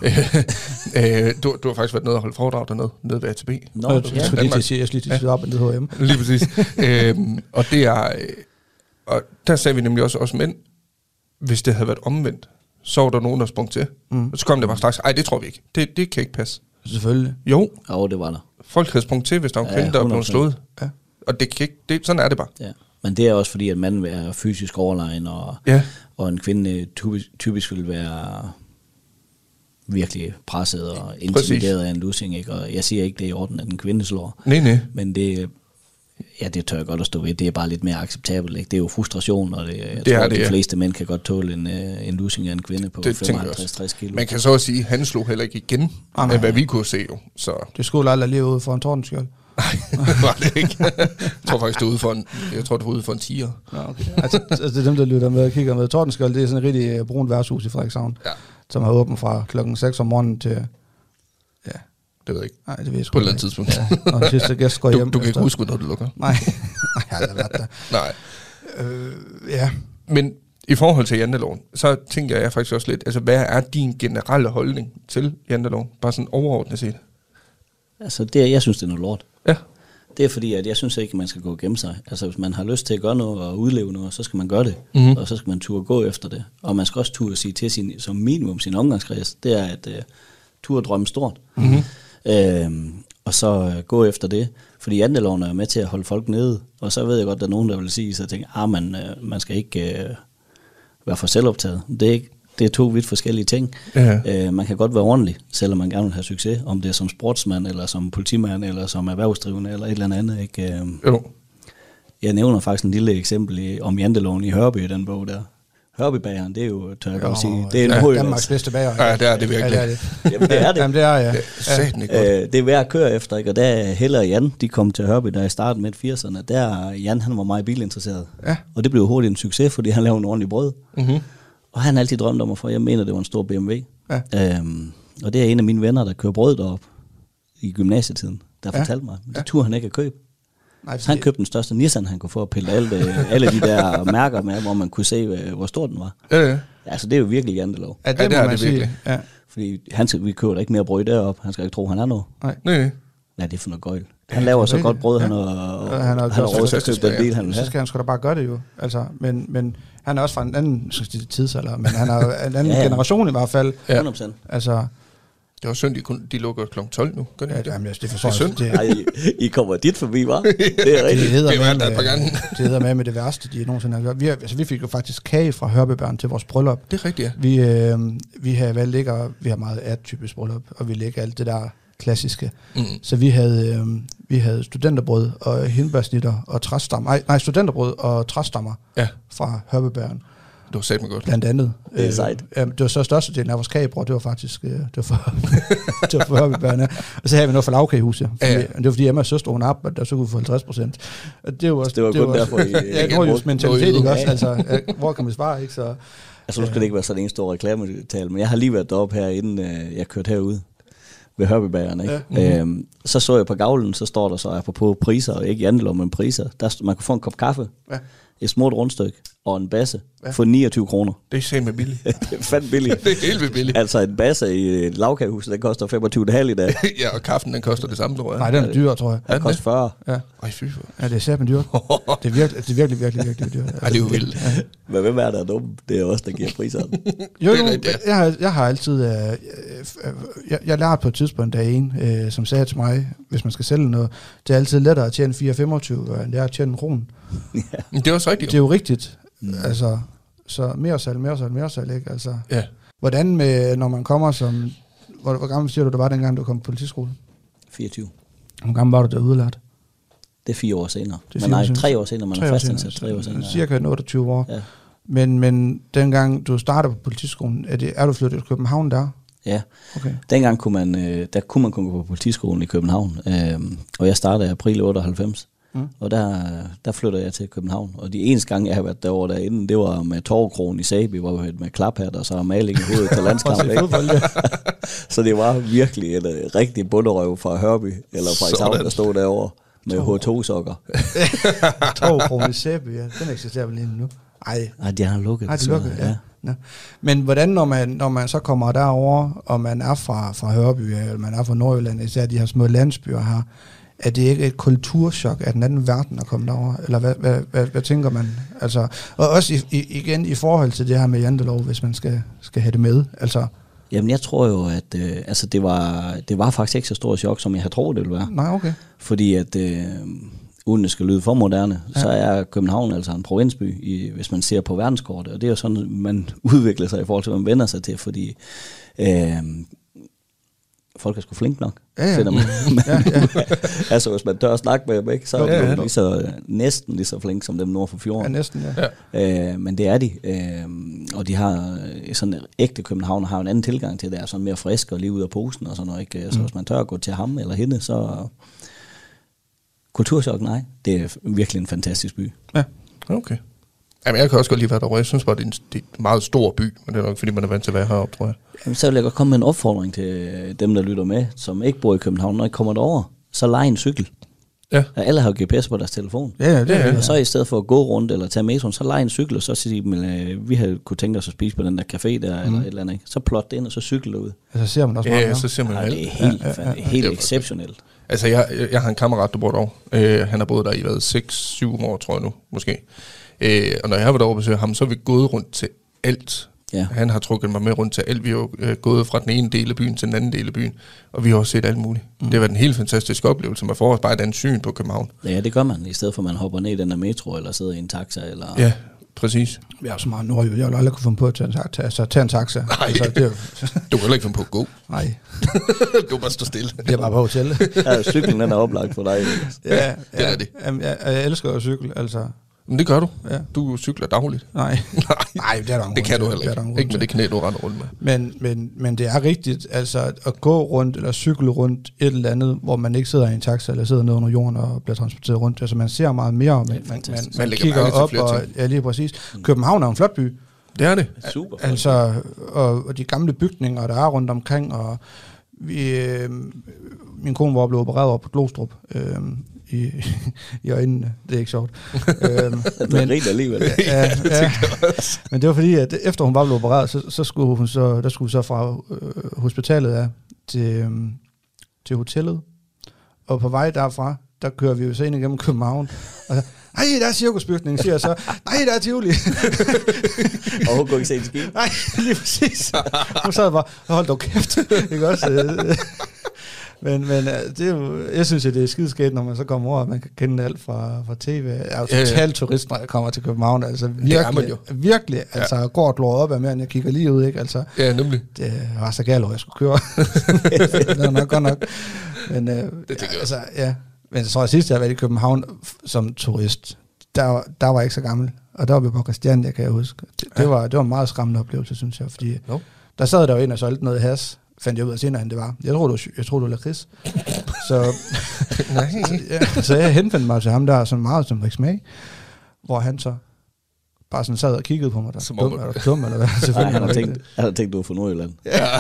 Du har faktisk været nede og holde foredrag dernede, nede ved ATB. Nå, jeg skulle lige til at sige op, nede HM. Lige præcis. Og det er... Og der sagde vi nemlig også mænd, hvis det havde været omvendt, så var der nogen, der sprang til. Og så kom det bare straks, det tror vi ikke. Det kan ikke passe. Selvfølgelig. Jo, det var der. Folk havde sprunget til, hvis der var en kvinde, der var blevet slået. Ja. Og det kan ikke, sådan er det bare. Ja. Men det er også fordi, at manden vil være fysisk overlegen, og en kvinde typisk vil være virkelig presset og intimideret af en lussing. Ikke? Og jeg siger ikke, det er i orden, at en kvinde slår. Nej. Men det tør jeg godt at stå ved. Det er bare lidt mere acceptabelt. Ikke? Det er jo frustration, og jeg tror, at de fleste mænd kan godt tåle en lussing af en kvinde på 55-60 kilo. Man kan så også sige, at han slog heller ikke igen, hvad vi kunne se jo. Så. Det skulle aldrig leve ude for en tordenskjold. Nej, var det ikke. Jeg tror faktisk, det er ude for en tiger. Ja, okay. altså dem, der lytter med og kigger med Tordenskjold, det er sådan et rigtig brunt værtshus i Frederikshavn, som har åbent fra klokken 6 om morgenen til... Det ved jeg ikke. Nej, det ved jeg sgu på et eller andet tidspunkt. Ja. Og sidste gæst går hjem. Du kan ikke huske, når du lukker. Nej, jeg har aldrig været der. Nej. Ja. Men i forhold til janteloven, så tænker jeg faktisk også lidt, altså hvad er din generelle holdning til janteloven? Bare sådan overordnet set. Altså jeg synes, det er noget lort. Ja. Det er fordi, at jeg synes ikke, man skal gå og gemme sig. Altså hvis man har lyst til at gøre noget og udleve noget, så skal man gøre det. Og så skal man turde gå efter det. Og man skal også turde sige til som minimum sin omgangskreds, det er at turde drømme stort. Og så gå efter det. Fordi janteloven er med til at holde folk nede. Og så ved jeg godt, at der er nogen, der vil sige, så jeg tænker, man skal ikke være for selvoptaget. Det er to vidt forskellige ting. Man kan godt være ordentlig, selvom man gerne vil have succes. Om det er som sportsmand, eller som politimand, eller som erhvervsdrivende, eller et eller andet. Ikke? Jeg nævner faktisk en lille eksempel om janteloven i Hørby, den bog der. Hørbybageren, det er jo, tør jeg godt sige, det er en Danmarks bedste bager. Ja, det er det virkelig. Ja, det er det. Jamen, det er det. Jamen, det er, ja. Det er værd at køre efter, ikke? Og der Helle og Jan, de kom til Hørby, da jeg startede med 80'erne. Der Jan, han var meget bilinteresseret. Ja. Og det blev hurtigt en succes, fordi han lavede en ordentlig brød. Og han har altid drømt om at få, jeg mener, det var en stor BMW. Ja. Og det er en af mine venner, der kører brød derop i gymnasietiden, der fortalte mig, det turde han ikke at købe. Nej, han købte den største Nissan, han kunne få at pille alle de der mærker med, hvor man kunne se, hvor stor den var. Altså, det er jo virkelig jantelov. Ja, det må man sige. Ja. Fordi vi køber da ikke mere brød derop. Han skal ikke tro, han er noget. Nej. Ja, det er for noget gøjl. Han laver så godt brød, han har råd til at købe den bil, han vil have. Så skal han sgu da bare gøre det jo. Altså, men han er også fra en anden tidsalder, men han har en anden generation i hvert fald. 100%. Altså... Det var synd, de lukker kl. 12 nu. Gør det? Ja, jamen, det forstår jeg. Det I kommer dit forbi, hva'? Det er rigtigt. Det hedder med det værste, de nogensinde har gjort. Vi fik jo faktisk kage fra Hørbybørn til vores bryllup. Det er rigtigt, ja. Vi har vi har meget atypisk bryllup, og vi lægger alt det der klassiske. Så vi havde studenterbrød og hindbærsnitter og træstammer. Nej, studenterbrød og træstammer fra Hørbybørn. Det var satme godt. Blandt andet. Det er sejt. Det var så størstedelen af vores kagebrød, det var faktisk det var for Hørbybørn. Og så havde vi noget for lavkagehuset. Det var fordi Emmas søster, hun arbejdede, og så kunne vi få 50%. Og det var kun derfor, I nordjysk mentalitet, ikke også? Altså, hvor kan man svare, ikke? Så, altså, nu skal det ikke være sådan en stor reklametale, men jeg har lige været deroppe her, inden jeg kørte herud ved Hørbybageren, ikke? Ja. Så jeg på gavlen, så står der så apropos priser, og ikke jantelov, men priser. Man kan få en kop kaffe, et smurt rundstykke og en basse for 29 kroner. Det er simpelthen billigt. Det er fandme billigt. Det er helt vildt billigt. Altså en basse i et lavkagehus, den koster 25,5 i dag. Ja, og kaffen, den koster det samme, tror jeg. Nej, den er dyr, tror jeg. Den koster 40. Ja. Ej, fy for. Ja, det er sæt med dyr. Det er virkelig dyrt. Ej, det er jo vildt. Ja. Men hvem er der dumme? Det er også der giver priserne. Jo, jeg har altid... Jeg lærte på et tidspunkt, der en, som sagde til mig, hvis man skal sælge noget, det er altid lettere at tjene 4,25, end det er at tjene en krone. Ja. Det er også rigtigt. Det er jo rigtigt. Altså, så mere salg, ikke? Altså, Hvordan med, når man kommer som... Hvor gammel siger du, det var dengang, du kom på politiskolen? 24. Hvor gammel var du der udlært? Det er 4 år senere. Det er Men nej, 4 år 3 år senere, man er fastansat 3 år senere. Cirka 28 år. Ja. Men dengang du startede på politiskolen, er du flyttet til København der? Ja, Okay. dengang kunne man gå på politiskolen i København, og jeg startede i april 98, og der flyttede jeg til København. Og de eneste gange, jeg har været derovre derinde, det var med Torvekrogen i Sæby, hvor vi med klaphat og så maling i hovedet til landskamp. Så det var virkelig et rigtig bunderøv fra Hørby, eller fra Ishavn, der stod derovre med H2-sokker. Torvekrogen i Sæby, ja. Den eksisterer vel lige nu. Nej, de har lukket. Nej, de lukket, ja. Ja. Men hvordan, når man så kommer derover, og man er fra Hørby, eller man er fra Nordjylland, især de her små landsbyer her, er det ikke et kulturschok af den anden verden at komme derover? Eller hvad tænker man? Altså, og også igen i forhold til det her med jantelov, hvis man skal have det med. Altså. Jamen, jeg tror jo, at det var faktisk ikke så stort chok, som jeg havde troet, det ville være. Nej, okay. Fordi at uden det skal lyde for moderne, så er København altså en provinsby, hvis man ser på verdenskortet. Og det er jo sådan, man udvikler sig i forhold til, hvad man vender sig til, fordi folk er sgu flink nok, finder man. Altså, hvis man tør at snakke med dem, ikke, så er de næsten lige så flink som dem nord for fjorden. Ja, næsten, ja. Men det er de. Og de har sådan ægte københavner har en anden tilgang til det, er sådan mere frisk og lige ud af posen og sådan noget, ikke? Så hvis man tør at gå til ham eller hende, så kulturchok, nej. Det er virkelig en fantastisk by. Ja, okay. Jamen, jeg kan også godt lide være derovre. Jeg synes bare, det er en meget stor by, men det er nok, fordi man er vant til at være heroppe, tror jeg. Jamen, så vil jeg godt komme med en opfordring til dem, der lytter med, som ikke bor i København. Når I kommer derover, så lej en cykel. Ja. Alle har GPS på deres telefon. Ja, det er. Og så i stedet for at gå rundt eller tage metroen, så lej en cykel, og så siger de, vi havde kunne tænke os at spise på den der café der, eller et eller andet. Ikke? Så plot det ind, og så cykel derud. Altså ser man også meget. Ja, så ser man jo det er helt exceptionelt. Altså, jeg har en kammerat, der bor derovre. Han har boet der i 6-7 år, tror jeg nu, måske. Og når jeg har været over og besøge ham, så er vi gået rundt til alt. Ja. Han har trukket mig med rundt til alt. Vi har gået fra den ene del af byen til den anden del af byen, og vi har også set alt muligt. Det har været en helt fantastisk oplevelse. Man får også bare et andet syn på København. Ja, det gør man, i stedet for at man hopper ned i den der metro, eller sidder i en taxa. Eller ja, præcis. Jeg er så meget nordjyde. Jeg vil aldrig kunne finde på at tage en taxa. Nej, altså, det du kan heller ikke finde på at gå. Nej. Du må stå stille. Det er bare på hotel. Ja, cyklen den er oplagt for dig. Ja, det er det. Jeg elsker at cykle, altså. Men det gør du. Ja. Du cykler dagligt. Nej, det er der det kan du heller ikke. Ikke med det knæ, du render rundt med. Men det er rigtigt, altså at gå rundt eller cykle rundt et eller andet, hvor man ikke sidder i en taxa eller sidder nede under jorden og bliver transporteret rundt. Altså man ser meget mere, man kigger op, og ja, lige præcis. København er en flot by. Det er det. Super. Altså, og de gamle bygninger, der er rundt omkring, og min kone var blevet opereret op på Glostrup, i øjnene. Det er ikke sjovt. Men rigt alligevel. Ja, men det var fordi, at efter hun var blevet opereret, så skulle hun så fra hospitalet af til hotellet. Og på vej derfra, der kører vi jo så ind igennem København. Og så, nej, der er cirkusbygning, siger jeg så. Nej, der er Tivoli. Og hun kunne ikke se en skib. Nej, lige præcis. Hun sad bare, hold dog kæft. Ikke også? Men det er jo, jeg synes, at det er skideskægt, når man så kommer over, at man kan kende alt fra tv. Jeg er jo totalt turist, når jeg kommer til København. Altså virkelig, altså går og glår op af mere, end jeg kigger lige ud, ikke? Altså, ja, nemlig. Det var så galt, hvor jeg skulle køre. Det er nok godt nok. Men, det tænker jeg altså, ja. Men så tror jeg sidst, jeg har været i København som turist, der var jeg ikke så gammel. Og der var vi på Christiania, kan jeg huske. Det var en meget skræmmende oplevelse, synes jeg, fordi der sad der jo en og solgte noget has, fandt jeg ud af senere, end det var. Jeg troede, du var lakrids. Så jeg henvendte mig til ham der, sådan meget som Riks Mag, hvor han så bare sådan sad og kiggede på mig, der dum eller hvad. Nej, han havde tænkt, du var fra Nordjylland.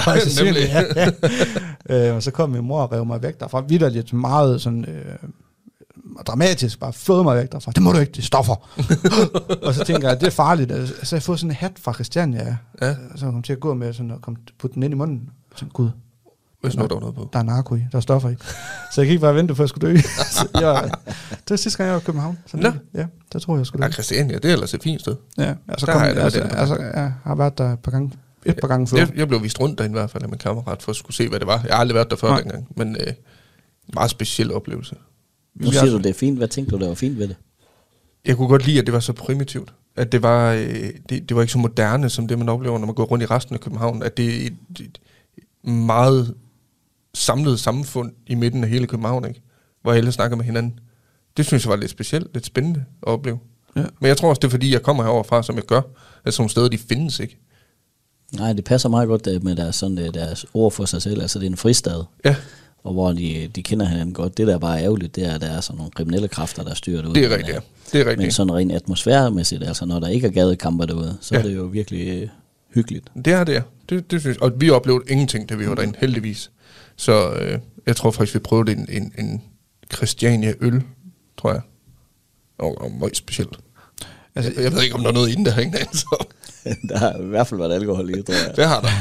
Ja, og så kom min mor og rev mig væk derfra. Vitterligt meget sådan dramatisk, bare flåede mig væk derfra. Det må du ikke, det er stoffer. Og så tænker jeg, det er farligt. Så jeg fået sådan en hat fra Christiania, så jeg kom til at gå med sådan og putte den ind i munden. Så gud, hvis der var noget på. Der er narko i, der er stoffer i. Så jeg gik bare og vente, før jeg skulle dø. Det var sidste gang, jeg var i København. Ja, der tror jeg skulle dø. Ja, Christiania, det er ellers et fint sted. Ja, jeg har været der et par gange før. Jeg blev vist rundt derinde i hvert fald af min kammerat, for at skulle se, hvad det var. Jeg har aldrig været der før dengang, men meget speciel oplevelse. Nu siger du, det er fint. Hvad tænkte du, der var fint ved det? Jeg kunne godt lide, at det var så primitivt. At det var, det var ikke så moderne, som det, man oplever, når man går rundt i resten af København. At det er meget samlet samfund i midten af hele København, ikke? Hvor alle snakker med hinanden. Det synes jeg var lidt specielt, lidt spændende at opleve. Ja. Men jeg tror også, det er fordi, jeg kommer heroverfra, som jeg gør. Altså nogle steder, de findes ikke. Nej, det passer meget godt med deres ord for sig selv. Altså det er en fristad. Ja. Og hvor de kender hinanden godt. Det der er bare ærgerligt, det er, at der er sådan nogle kriminelle kræfter, der styrer det ud. Det er rigtigt, ja. Det er rigtigt. Men sådan rent atmosfæremæssigt, altså når der ikke er gadekamper derude, så er det jo virkelig hyggeligt. Det er det, ja. Det synes jeg. Og vi oplevede ingenting, da vi var derinde, heldigvis. Så jeg tror faktisk, vi prøvede en Christiania-øl, tror jeg. Og meget specielt. Altså, jeg ved ikke, om der er noget inde derinde. Altså. Der har i hvert fald været alkohol i, tror jeg. Det har der.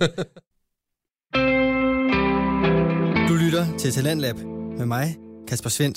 Du lytter til Talentlab med mig, Kasper Svendt.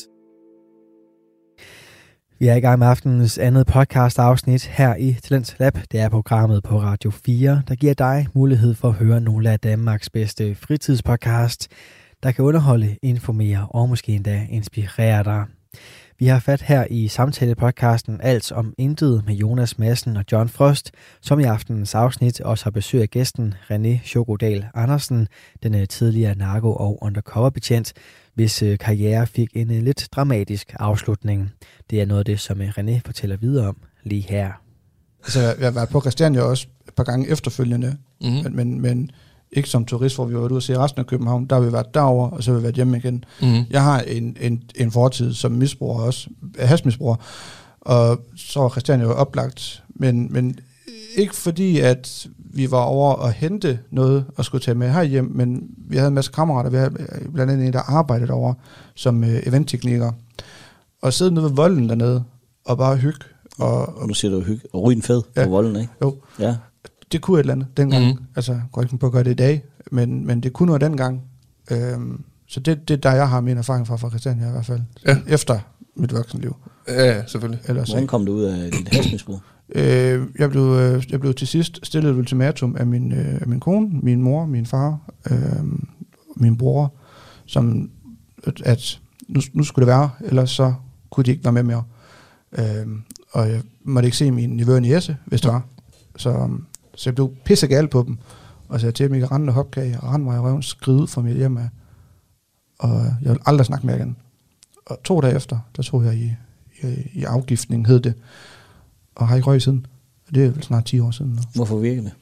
Vi er i gang med aftenens andet podcast-afsnit her i Talentlab. Det er programmet på Radio 4, der giver dig mulighed for at høre nogle af Danmarks bedste fritidspodcast, der kan underholde, informere og måske endda inspirere dig. Vi har fat her i samtalepodcasten Alt om Intet med Jonas Madsen og John Frost, som i aftenens afsnit også har besøg af gæsten René Schokodal Andersen, den tidligere narko- og undercoverbetjent, hvis karriere fik en lidt dramatisk afslutning. Det er noget af det, som René fortæller videre om lige her. Altså, jeg har været på Christiania også et par gange efterfølgende, men ikke som turist, hvor vi var ude og se resten af København. Der har vi været derovre, og så har vi været hjemme igen. Jeg har en fortid som misbruger også, hashmisbruger, og så var Christiania jo oplagt, men ikke fordi, at vi var over at hente noget og skulle tage med herhjem, men vi havde en masse kammerater, vi havde blandt andet en, der arbejdede over som eventtekniker, og sidde nede ved volden dernede, og bare hygge. Og nu siger du hygge, og ryge en fed på volden, ikke? Jo. Ja. Det kunne et eller andet dengang. Altså, jeg går ikke på at gøre det i dag, men det kunne noget dengang. Så det er der, jeg har min erfaring fra Christiania i hvert fald. Ja. Efter mit voksenliv. Ja, selvfølgelig. Hvordan kom du ud af dit hashmisbrug? Jeg blev til sidst stillet et ultimatum af min kone, min mor, min far, min bror, som at nu skulle det være, ellers så kunne de ikke være med mere. Og jeg måtte ikke se min nevø niece, hvis det var. Så jeg blev pissegal på dem, og sagde til dem, ikke rende og hopkage, og rende mig i røven, skride ud fra mit hjem af. Og jeg vil aldrig snakke mere igen. Og 2 dage efter, der tog jeg i afgiftning, hed det, og har ikke røg siden. Det er vel snart 10 år siden nu. Hvorfor virker det?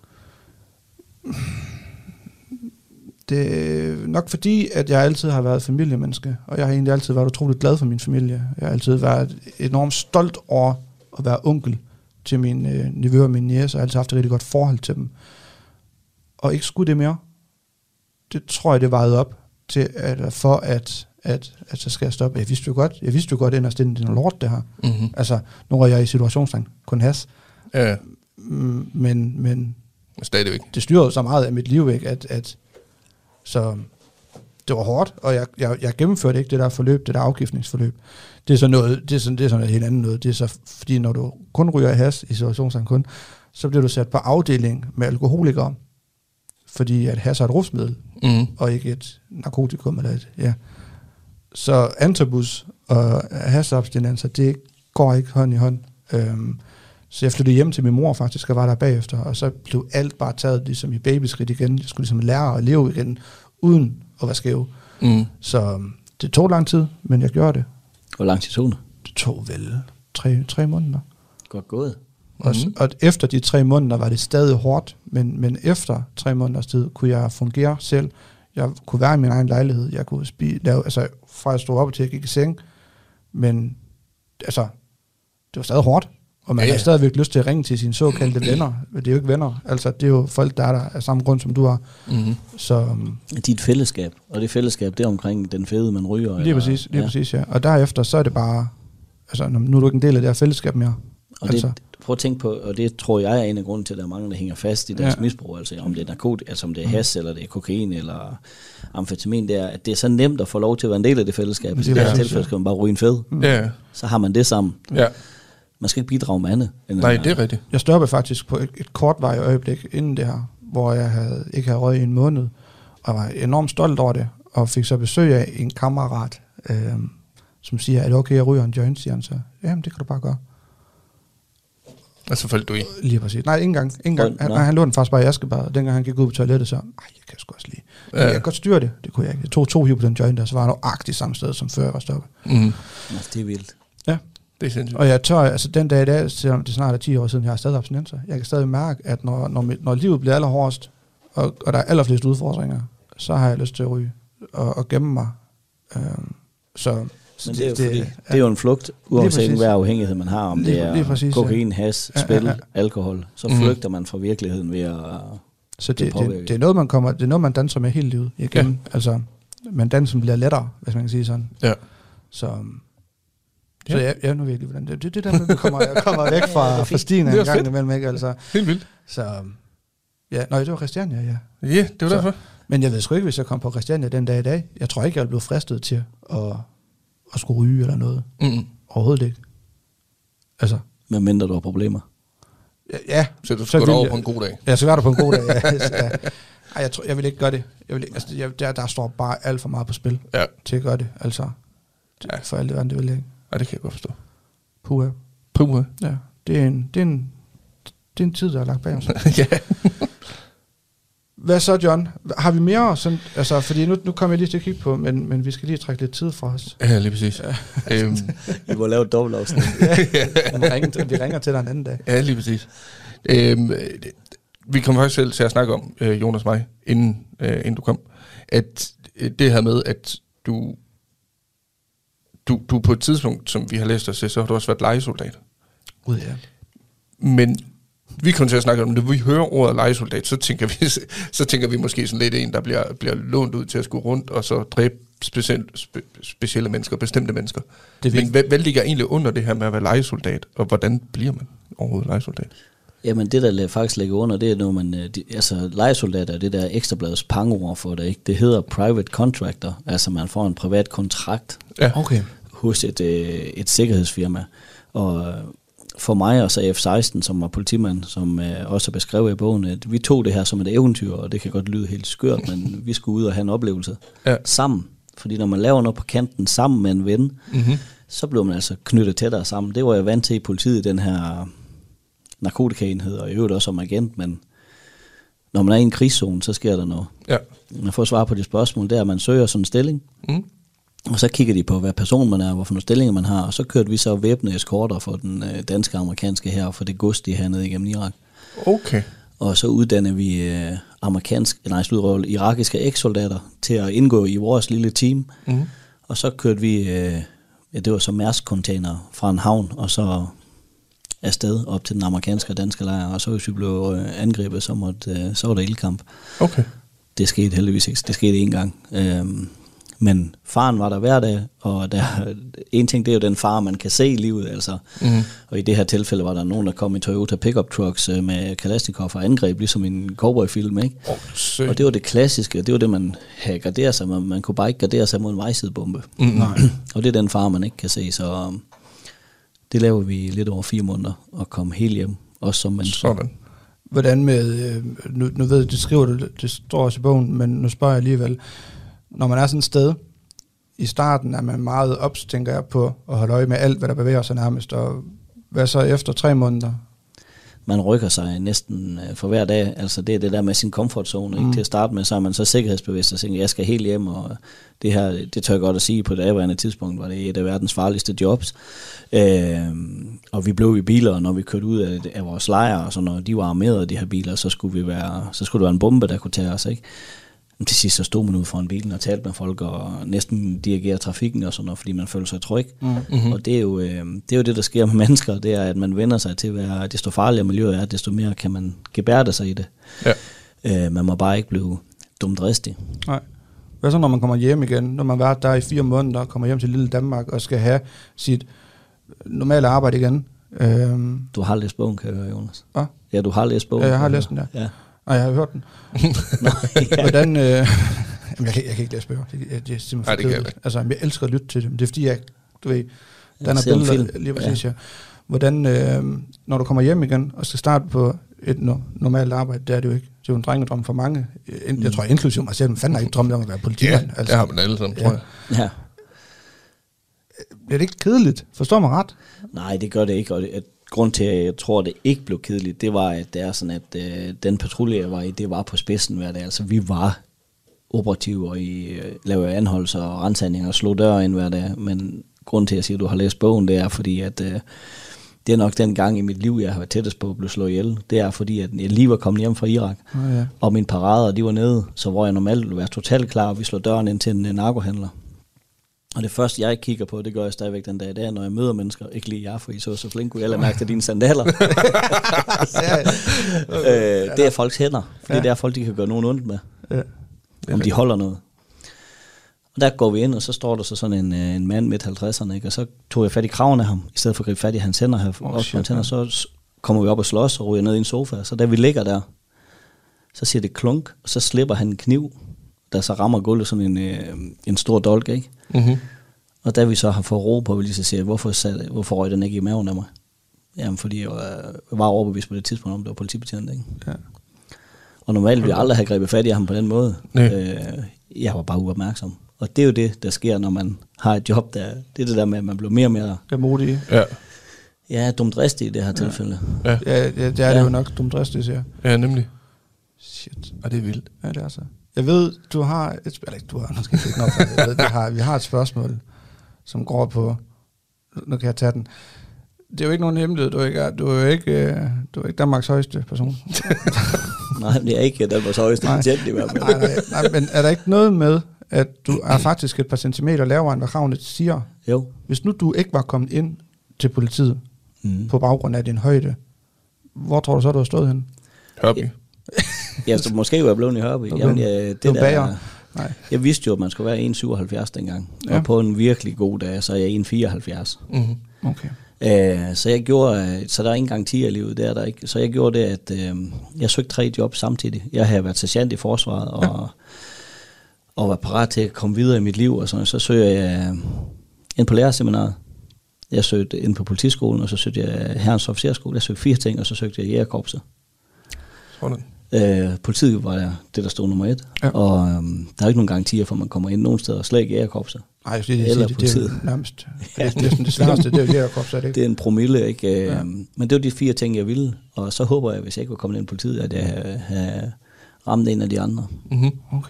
Det er nok fordi, at jeg altid har været familiemenneske, og jeg har egentlig altid været utroligt glad for min familie. Jeg har altid været enormt stolt over at være onkel til mine nevøer og mine niece, og altid haft et rigtig godt forhold til dem. Og ikke skulle det mere. Det tror jeg, det vejede op til, at så skal jeg stoppe. Jeg vidste jo godt inderst inden, det er noget lort, det her. Mm-hmm. Altså, nu er jeg i situationstegn, kun has. Ja. Men stadigvæk. Det styrede så meget af mit liv, ikke, at så det var hårdt, og jeg gennemførte ikke det der forløb, det der afgiftningsforløb. Det er sådan noget helt andet noget. Det er så, fordi når du kun ryger i hash i situationstegn så bliver du sat på afdeling med alkoholikere, fordi at hash er et rusmiddel, og ikke et narkotikum eller et, ja. Så antabus og hashabstinenser, det går ikke hånd i hånd. Så jeg flyttede hjem til min mor faktisk, og var der bagefter, og så blev alt bare taget ligesom i babyskridt igen. Jeg skulle ligesom lære at leve igen, uden at være skæv. Så det tog lang tid, men jeg gjorde det. Hvor lang tid tog det? Det tog vel 3 måneder. Godt gået. Og efter de 3 måneder var det stadig hårdt, men efter 3 måneders tid kunne jeg fungere selv. Jeg kunne være i min egen lejlighed. Jeg kunne lave, fra jeg stod op til jeg gik i seng. Men altså, det var stadig hårdt. Og man har stadigvæk lyst til at ringe til sine såkaldte venner. Men det er jo ikke venner. Altså, det er jo folk, der er af samme grund, som du har. Så dit fællesskab. Og det fællesskab, det er omkring den fede, man ryger. Lige præcis, ja. Og derefter, så er det bare, altså, nu er du ikke en del af det her fællesskab mere. Og altså. Prøv at tænke på, og det tror jeg er en af grunden til, at der er mange, der hænger fast i deres misbrug, altså om det er narkotik, altså om det er hash, eller det er kokain, eller amfetamin, det er, at det er så nemt at få lov til at være en del af det fællesskab. I det her tilfælde skal man bare ryge en fed. Så har man det sammen. Ja. Man skal ikke bidrage med andet. Nej, det er rigtigt. Jeg stoppede faktisk på et kortvarigt øjeblik inden det her, hvor jeg ikke havde røget i en måned, og var enormt stolt over det, og fik så besøg af en kammerat, som siger, er det okay, jeg ryger en joint, siger han så. Jamen, det kan du bare gøre. Og så faldt du i? Lige præcis. Nej, ingen gang. Han lå den faktisk bare i askebadet. Dengang han gik ud på toilettet, så, jeg kan sgu også lige. Jeg kan godt styre det. Det kunne jeg ikke. Jeg tog 2 hiv på den joint, og så var jeg nøjagtigt samme sted, som før jeg var stoppet. Det er vildt. Ja. Det er sindssygt. Og jeg tør, altså den dag i dag, selvom det snart er 10 år siden, jeg har stadig abstinenser, jeg kan stadig mærke, at når livet bliver allerhårdest, og der er allerflest udfordringer, så har jeg lyst til at ryge og gemme mig. Men det er jo fordi, det er jo en flugt, uanset hver afhængighed man har, om det er kokain, has, spil, alkohol, så flygter man fra virkeligheden ved at så det er noget, man danser med hele livet igen. Ja. Altså, men dansen bliver lettere, hvis man kan sige sådan. Ja. Så jeg er nu virkelig, hvordan det der med, jeg kommer væk fra Stine en gang imellem, ikke? Altså, helt vildt. Så, ja, det var Christiania, ja. Ja, det var derfor. Men jeg ved sgu ikke, hvis jeg kom på Christiania den dag i dag. Jeg tror ikke, jeg blev fristet til at skulle ryge eller noget. Overhovedet ikke. Altså. Med mindre du har problemer. Ja. Så du skal over på en god dag. Ja, så var du på en god dag, ja. Ej, jeg vil ikke gøre det. Der står bare alt for meget på spil til at gøre det. Altså, for alt det verden, det vil jeg ikke. Ja, det kan jeg godt forstå. Puha. Ja, det er en tid, der er lagt bag os. Ja. Hvad så, John? Har vi mere sådan, altså, fordi nu kommer jeg lige til at kigge på, men vi skal lige trække lidt tid fra os. Ja, lige præcis. Ja. Vi må lave et dobbeltafsnit. Vi ringer til dig en anden dag. Ja, lige præcis. Vi kommer faktisk selv til at snakke om, Jonas og mig, inden du kom, at det her med, at du på et tidspunkt, som vi har læst os til, så har du også været lejesoldat. Gud, ja. Men vi kommer til at snakke om, når vi hører ordet lejesoldat, så tænker vi måske sådan lidt en, der bliver lånt ud til at skulle rundt, og så dræbe specielle mennesker, bestemte mennesker. Men hvad ligger egentlig under det her med at være lejesoldat, og hvordan bliver man overhovedet lejesoldat? Jamen det, der faktisk ligger under, det er, når man, lejesoldater er det der Ekstrabladets pangord for det, ikke? Det hedder private contractor, altså man får en privat kontrakt hos et sikkerhedsfirma. Og for mig og så F-16, som var politimand, som også beskrev i bogen, at vi tog det her som et eventyr, og det kan godt lyde helt skørt, men vi skulle ud og have en oplevelse sammen. Fordi når man laver noget på kanten sammen med en ven, så blev man altså knyttet tættere sammen. Det var jeg vant til i politiet, den her narkotikaenhed, og i øvrigt også som agent, men når man er i en krigszone, så sker der noget. Ja. Man får svar på de spørgsmål, der man søger sådan en stilling, og så kigger de på, hvad person man er, hvorfor nogle stillinger man har, og så kørte vi så væbnede eskorter for den danske og amerikanske her, for det gods, de hernede igennem Irak. Okay. Og så uddanner vi irakiske eks-soldater til at indgå i vores lille team, og så kørte vi, det var så Mærsk-container fra en havn, og så afsted op til den amerikanske og danske lejr, og så hvis vi blev angrebet, så var der ildkamp. Okay. Det skete heldigvis ikke. Det skete én gang. Men faren var der hver dag, og en ting, det er jo den far, man kan se i livet, altså. Og i det her tilfælde var der nogen, der kom i Toyota pickup trucks med Kalashnikov og angreb, ligesom i en cowboyfilm, ikke? Og det var det klassiske, det var det, man havde garderet sig med. Man kunne bare ikke gardere sig mod en vejsidebombe. Og det er den far, man ikke kan se, så det laver vi lidt over 4 måneder, og kom helt hjem, også som mennesker. Sådan. Hvordan med, nu ved jeg, det skriver du, det står også i bogen, men nu spørger jeg alligevel, når man er sådan et sted, i starten er man meget ops, tænker jeg, på at holde øje med alt, hvad der bevæger sig nærmest, og hvad så efter 3 måneder? Man rykker sig næsten for hver dag, altså det er det der med sin comfort zone, ikke? Til at starte med, så er man så sikkerhedsbevidst og tænker, jeg skal helt hjem, og det her, det tør jeg godt at sige, på det aværende tidspunkt var det et af verdens farligste jobs, og vi blev i biler, når vi kørte ud af vores lejre, og så når de var armerede, de her biler, så skulle det være en bombe, der kunne tage os, ikke? Til sidst så stod man ud foran bilen og talte med folk og næsten dirigere trafikken og sådan noget, fordi man føler sig tryg. Og det er jo det, der sker med mennesker, det er, at man vender sig til, at desto farligere miljøet er, desto mere kan man gebærde sig i det. Ja. Man må bare ikke blive dumdristig. Nej. Hvad så, når man kommer hjem igen? Når man har været der i 4 måneder, kommer hjem til lille Danmark og skal have sit normale arbejde igen? Du har læst bogen, kan jeg høre, Jonas. Hvad? Ja, du har læst bogen. Ja, jeg har læst den, ja. Nej, jeg har hørt den. Hvordan... jeg kan ikke læse bøger. Det er simpelthen for kedeligt. Altså, jeg elsker at lytte til dem. Det er fordi, der er billeder lige præcis, ja. Hvordan, når du kommer hjem igen og skal starte på et normalt arbejde, det er det jo ikke. Det er jo en drengedrøm for mange. Jeg tror, inklusive mig selv, men fanden har ikke drømt om at være politimand. Ja, det har man alle sammen, tror jeg. Ja. Bliver det ikke kedeligt? Forstår mig ret? Nej, det gør det ikke, og grund til, at jeg tror, det ikke blev kedeligt, det var, at det er sådan, at den patrulje, jeg var i, det var på spidsen hver dag. Altså, vi var operativ, og I laver anholdelser og ransagninger og slår døre ind hver dag. Men grunden til, at jeg siger, at du har læst bogen, det er fordi, at det er nok den gang i mit liv, jeg har været tættest på at blive slået ihjel. Det er fordi, at jeg lige var kommet hjem fra Irak, og mine parader, de var nede, så hvor jeg normalt ville være totalt klar, og vi slår døren ind til en narkohandler. Og det første, jeg kigger på, det gør jeg stadigvæk den dag i dag, når jeg møder mennesker. Ikke lige jer, for I så flink ud. Jeg lader mærke til dine sandaler. Det er folks hænder. Fordi det er folk, de kan gøre nogen ondt med. Om de holder noget. Og der går vi ind, og så står der så sådan en mand midt 50'erne, ikke? Og så tog jeg fat i kraven af ham, i stedet for at gribe fat i hans hænder her. Så kommer vi op og slås og ryger ned i en sofa. Så da vi ligger der, så siger det klunk, og så slipper han en kniv, der så rammer gulvet sådan en stor dolk, ikke? Mm-hmm. Og da vi så har fået ro på, vil jeg så sige, hvorfor røg den ikke i maven af mig? Jamen, fordi jeg var overbevist på det tidspunkt, om det var politibetjent, ikke? Ja. Og normalt ville jeg aldrig have grebet fat i ham på den måde. Jeg var bare uopmærksom. Og det er jo det, der sker, når man har et job, det er det der med, at man bliver mere og mere... Det er modige. Ja, dumdristig i det her tilfælde. Ja, det er det jo nok, dumdristig, siger. Ja, nemlig. Shit. Og det er vildt. Ja, det er så. Jeg ved, du har et vi har et spørgsmål, som går på... Nu kan jeg tage den. Det er jo ikke nogen hemmelighed, du er jo ikke Danmarks højeste person. Nej, det er ikke Danmarks højeste betjent i hvert fald. Nej, men er der ikke noget med, at du er faktisk et par centimeter lavere, end hvad kravene siger? Jo. Hvis nu du ikke var kommet ind til politiet på baggrund af din højde, hvor tror du så, du har stået henne? Hørby. Ja, så måske var jeg blevet i Hørby. Jamen, jeg vidste jo, at man skulle være 1,77 dengang. Og på en virkelig god dag, så er jeg 1,74. Mm-hmm. Okay. Så jeg gjorde, så der er ingen garanti i livet, det er der ikke. Så jeg gjorde det, at jeg søgte 3 jobs samtidig. Jeg havde været sergeant i forsvaret, og var parat til at komme videre i mit liv, og så søger jeg ind på lærerseminaret. Jeg søgte ind på politiskolen, og så søgte jeg Hærens Officerskole. Jeg søgte 4 ting, og så søgte jeg jægerkorpset. Sådan. Politiet var det, der stod nummer 1. Ja. Og der er ikke nogen garantier for, at man kommer ind nogen steder, slet ikke jægerkorpset. Nej, det er jo nærmest. Det er det sværeste, det er jo jægerkorpset, ikke? Det er en promille, ikke? Men det var de 4 ting, jeg ville. Og så håber jeg, hvis jeg ikke var kommet ind i politiet, at jeg havde ramt en af de andre. Mm-hmm.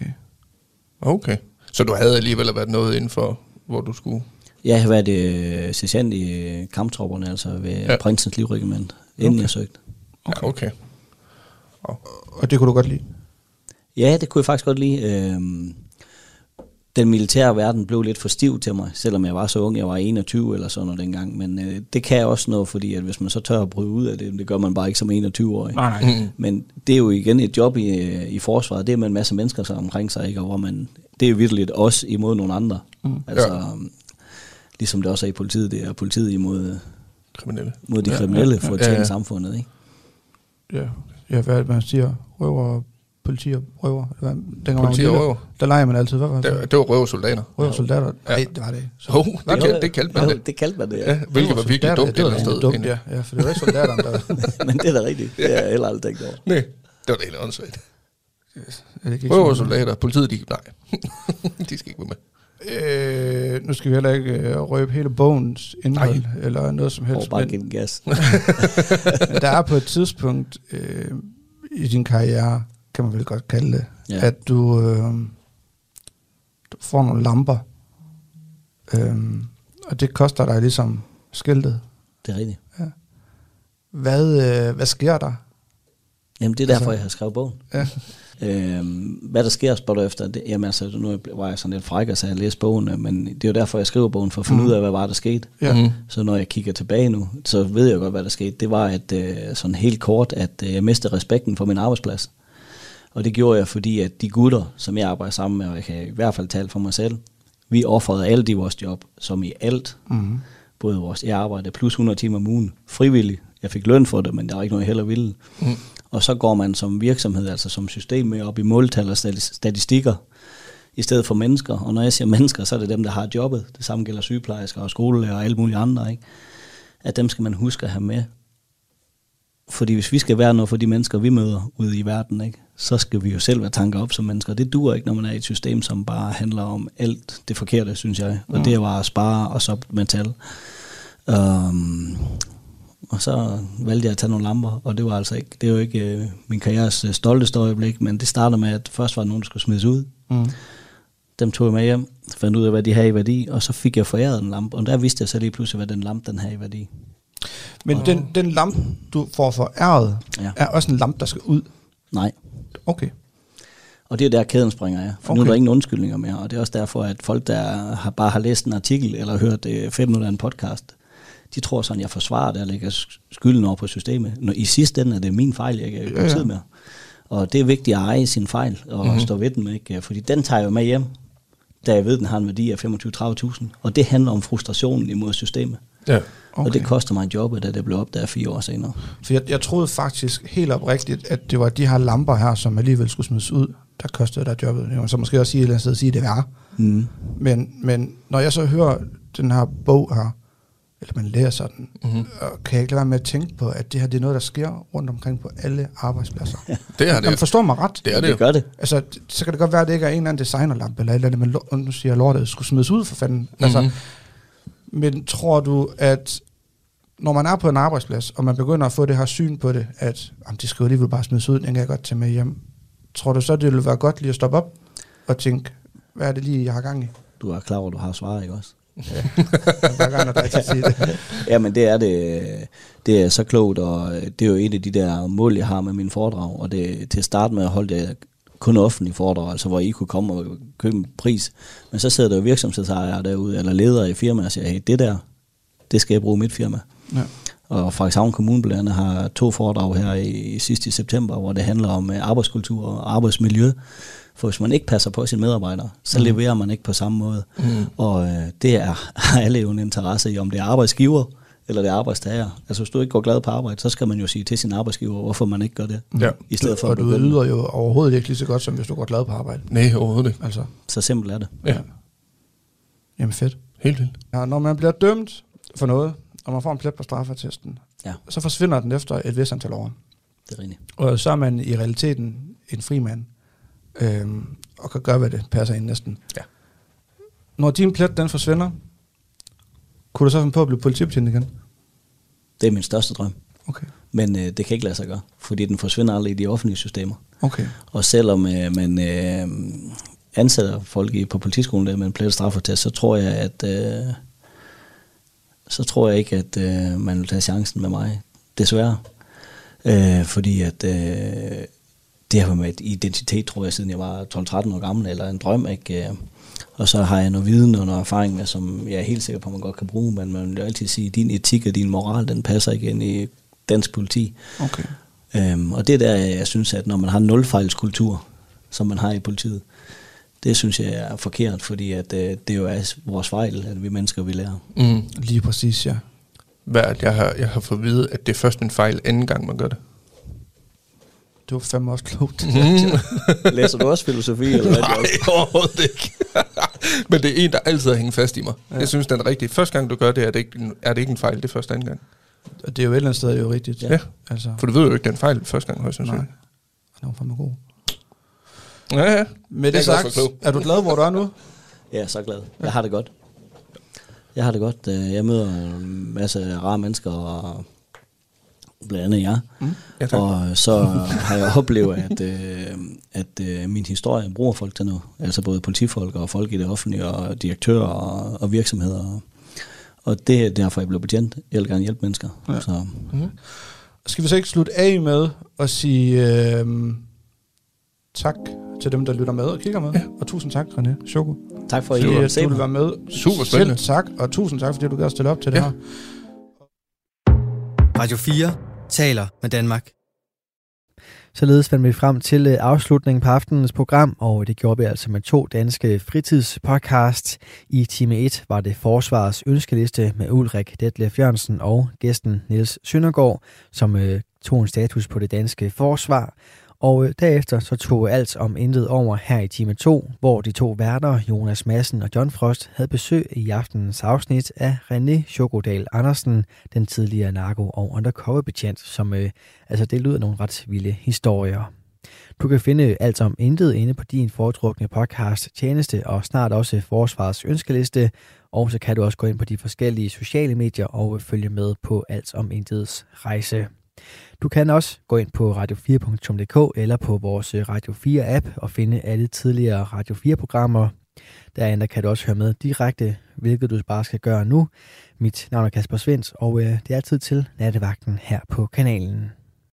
Okay. Så du havde alligevel været noget inden for, hvor du skulle... Jeg har været sergeant i kamptropperne, altså ved Prinsens Livregiment, inden jeg søgte. Okay. Og det kunne du godt lide? Ja, det kunne jeg faktisk godt lide. Den militære verden blev lidt for stiv til mig, selvom jeg var så ung. Jeg var 21 eller sådan noget dengang. Men det kan jeg også noget, fordi at hvis man så tør at bryde ud af det, det gør man bare ikke som 21-årig. Nej. Men det er jo igen et job i forsvaret. Det er med en masse mennesker så omkring sig, ikke? Og hvor man, det er jo virkelig os imod nogle andre. Altså, ligesom det også er i politiet, det er politiet imod kriminelle. Mod de kriminelle for at tjene samfundet, ikke? Ja, hvad man siger, røver, politi og røver. Politi og røver. Der leger man altid, hvad var det? Det var røversoldater. Røversoldater? Nej, det var det ikke. Det kaldte man det. Det kaldte man det, ja. Hvilket var virkelig dumt. Det var sted. Dumt, ja, for det var ikke soldaterne, der... Men det er da rigtigt. Det har jeg heller aldrig tænkt over. Nej, det var det helt åndssvagt. Røversoldater, politiet, nej. De skal ikke være med. Nu skal vi heller ikke røbe hele bogens indhold, eller noget som helst. Bare give den gas. Der er på et tidspunkt i din karriere, kan man vel godt kalde det, at du får nogle lamper, og det koster dig ligesom skiltet. Det er rigtigt. Ja. Hvad sker der? Jamen det er derfor, jeg har skrevet bogen. Ja. Hvad der sker, spørger du efter, jamen altså, nu var jeg sådan lidt fræk og sagde, at jeg læste bogen, men det er jo derfor, jeg skriver bogen, for at finde ud af, hvad var der skete. Ja. Så når jeg kigger tilbage nu, så ved jeg godt, hvad der skete. Det var at, sådan helt kort, at jeg mistede respekten for min arbejdsplads. Og det gjorde jeg, fordi at de gutter, som jeg arbejder sammen med, og jeg kan i hvert fald tale for mig selv, vi offrede alt i vores job, som i alt. Både jeg arbejdede plus 100 timer om ugen, frivilligt. Jeg fik løn for det, men der var ikke noget, jeg heller ville. Og så går man som virksomhed, altså som system med op i måltal og statistikker, i stedet for mennesker. Og når jeg siger mennesker, så er det dem, der har jobbet. Det samme gælder sygeplejersker og skolelærer og alle mulige andre, ikke? At dem skal man huske at have med. Fordi hvis vi skal være noget for de mennesker, vi møder ude i verden, ikke, så skal vi jo selv være tanker op som mennesker. Det duer ikke, når man er i et system, som bare handler om alt det forkerte, synes jeg. Og det var at spare og så metal. Og så valgte jeg at tage nogle lamper, og det var altså ikke, det er jo ikke min karrieres stolteste øjeblik, men det startede med, at først var der nogen, der skulle smides ud. Dem tog jeg med hjem, fandt ud af, hvad de havde i værdi, og så fik jeg foræret en lampe, og der vidste jeg så lige pludselig, hvad den lampe, den havde i værdi. Men den lampe, du får foræret, er også en lampe, der skal ud? Nej. Okay. Og det er der kæden springer af, for nu er der ingen undskyldninger mere, og det er også derfor, at folk, der bare har læst en artikel, eller hørt 5 minutter af en podcast, de tror sådan, jeg forsvarer det, og lægger skylden over på systemet. Når i sidste ende er det min fejl, jeg ikke har tid med. Og det er vigtigt at eje sin fejl, og stå ved den, ikke? Fordi den tager jeg med hjem, da jeg ved, den har en værdi af 25-30.000, og det handler om frustrationen imod systemet. Ja. Okay. Og det koster mig jobbet, da det blev opdaget 4 år senere. For jeg troede faktisk helt oprigtigt, at det var de her lamper her, som alligevel skulle smides ud, der kostede dig jobbet. Jeg må så måske også sige et eller andet sted at sige, at det er. Men når jeg så hører den her bog her, eller man læser den, kan jeg ikke lade være med at tænke på, at det her det er noget, der sker rundt omkring på alle arbejdspladser. Det er det. Man forstår mig ret. Det er det. Det gør det. Altså, så kan det godt være, at det ikke er en eller anden designerlampe, eller et eller andet, men nu siger jeg lort, at det skulle smides ud for fanden. Altså, men tror du, at når man er på en arbejdsplads, og man begynder at få det her syn på det, at det skal jo alligevel bare smides ud, den kan jeg godt tage med hjem. Tror du så, det ville være godt lige at stoppe op og tænke, hvad er det lige, jeg har gang i? Du er klar over, at du har svaret, ikke også? Ja, hver gang, når der er til at sige det. Jamen, det er det. Det er så klogt, og det er jo et af de der mål, jeg har med mine foredrag, og det til at starte med at holde det kun offentlige foredrag, altså hvor I kunne komme og købe en pris. Men så sidder der jo virksomhedsejere derude, eller ledere i firmaer og siger, hey, det skal jeg bruge mit firma. Ja. Og Frederikshavn Kommune blandt andet har 2 foredrag her i sidste september, hvor det handler om arbejdskultur og arbejdsmiljø. For hvis man ikke passer på sine medarbejdere, så leverer man ikke på samme måde. Og det har alle jo en interesse i, om det er arbejdsgiver eller det er arbejdstager. Altså hvis du ikke går glad på arbejde, så skal man jo sige til sin arbejdsgiver, hvorfor man ikke gør det. Ja. I stedet for og du yder jo overhovedet ikke lige så godt, som hvis du går glad på arbejde. Nej, overhovedet ikke. Altså. Så simpelt er det. Ja. Jamen fedt. Helt vildt. Ja, når man bliver dømt for noget, og man får en plet på straffeattesten, så forsvinder den efter et vist antal år. Det er rigtigt. Og så er man i realiteten en fri mand, og kan gøre, hvad det passer ind næsten. Ja. Når din plet, den forsvinder, kunne du så finde på at blive politibetjent igen? Det er min største drøm. Okay. Men det kan ikke lade sig gøre, fordi den forsvinder aldrig i de offentlige systemer. Okay. Og selvom man ansætter folk på politiskolen der med en plet straffetest, så tror jeg ikke, at man vil tage chancen med mig. Desværre. Fordi at det har været med identitet, tror jeg, siden jeg var 12-13 år gammel, eller en drøm, ikke? Og så har jeg noget viden og noget erfaring med, som jeg er helt sikker på, at man godt kan bruge, men man vil jo altid sige, at din etik og din moral, den passer ikke ind i dansk politi. Okay. Og det er der, jeg synes, at når man har nulfejlskultur, som man har i politiet, det synes jeg er forkert, fordi at, det jo er vores fejl, at vi mennesker, vi lærer. Lige præcis, ja. Jeg har fået at vide, at det er først en fejl anden gang, man gør det. Det var fandme også klogt. Læser du også filosofi? Eller hvad? Nej, overhovedet ikke. Men det er en, der altid har hængt fast i mig. Ja. Jeg synes, den er rigtig. Første gang, du gør det, er det ikke en fejl. Det er først anden gang. Og det er jo et eller andet sted jo rigtigt. Ja, altså. For du ved jo ikke, den fejl første gang, højst sandsynligt. Nej, det var fandme god. Ja. Med det sagt, er du glad, hvor du er nu? Ja, så glad. Jeg har det godt. Jeg møder en masse rare mennesker, og blandt andet jer. Ja, og så har jeg oplevet, at min historie bruger folk til noget. Altså både politifolk og folk i det offentlige, og direktører og virksomheder. Og det er derfor, jeg blev betjent. Jeg vil gerne hjælpe mennesker. Ja. Så. Skal vi så ikke slutte af med at sige tak til dem, der lytter med og kigger med. Ja. Og tusind tak, René Sjoko. Tak for, at I vil være med. Super spændende. Selv tak, og tusind tak, fordi du gad stille op til det her. Radio 4 taler med Danmark. Således fandt vi frem til afslutningen på aftenens program, og det gjorde vi altså med 2 danske fritidspodcasts. I time 1 var det Forsvarets ønskeliste med Ulrik Detlef Jørgensen og gæsten Niels Søndergaard, som tog en status på det danske forsvar. Og derefter så tog alt om intet over her i time 2, hvor de 2 værter, Jonas Madsen og John Frost, havde besøg i aftenens afsnit af René Sjokodal Andersen, den tidligere narko- og undercoverbetjent, som det lyder nogle ret vilde historier. Du kan finde alt om intet inde på din foretrukne podcast tjeneste og snart også Forsvarets ønskeliste. Og så kan du også gå ind på de forskellige sociale medier og følge med på Alt om Intets rejse. Du kan også gå ind på radio4.dk eller på vores Radio 4-app og finde alle tidligere Radio 4-programmer. Derinde kan du også høre med direkte, hvilket du bare skal gøre nu. Mit navn er Kasper Svens, og det er tid til nattevagten her på kanalen.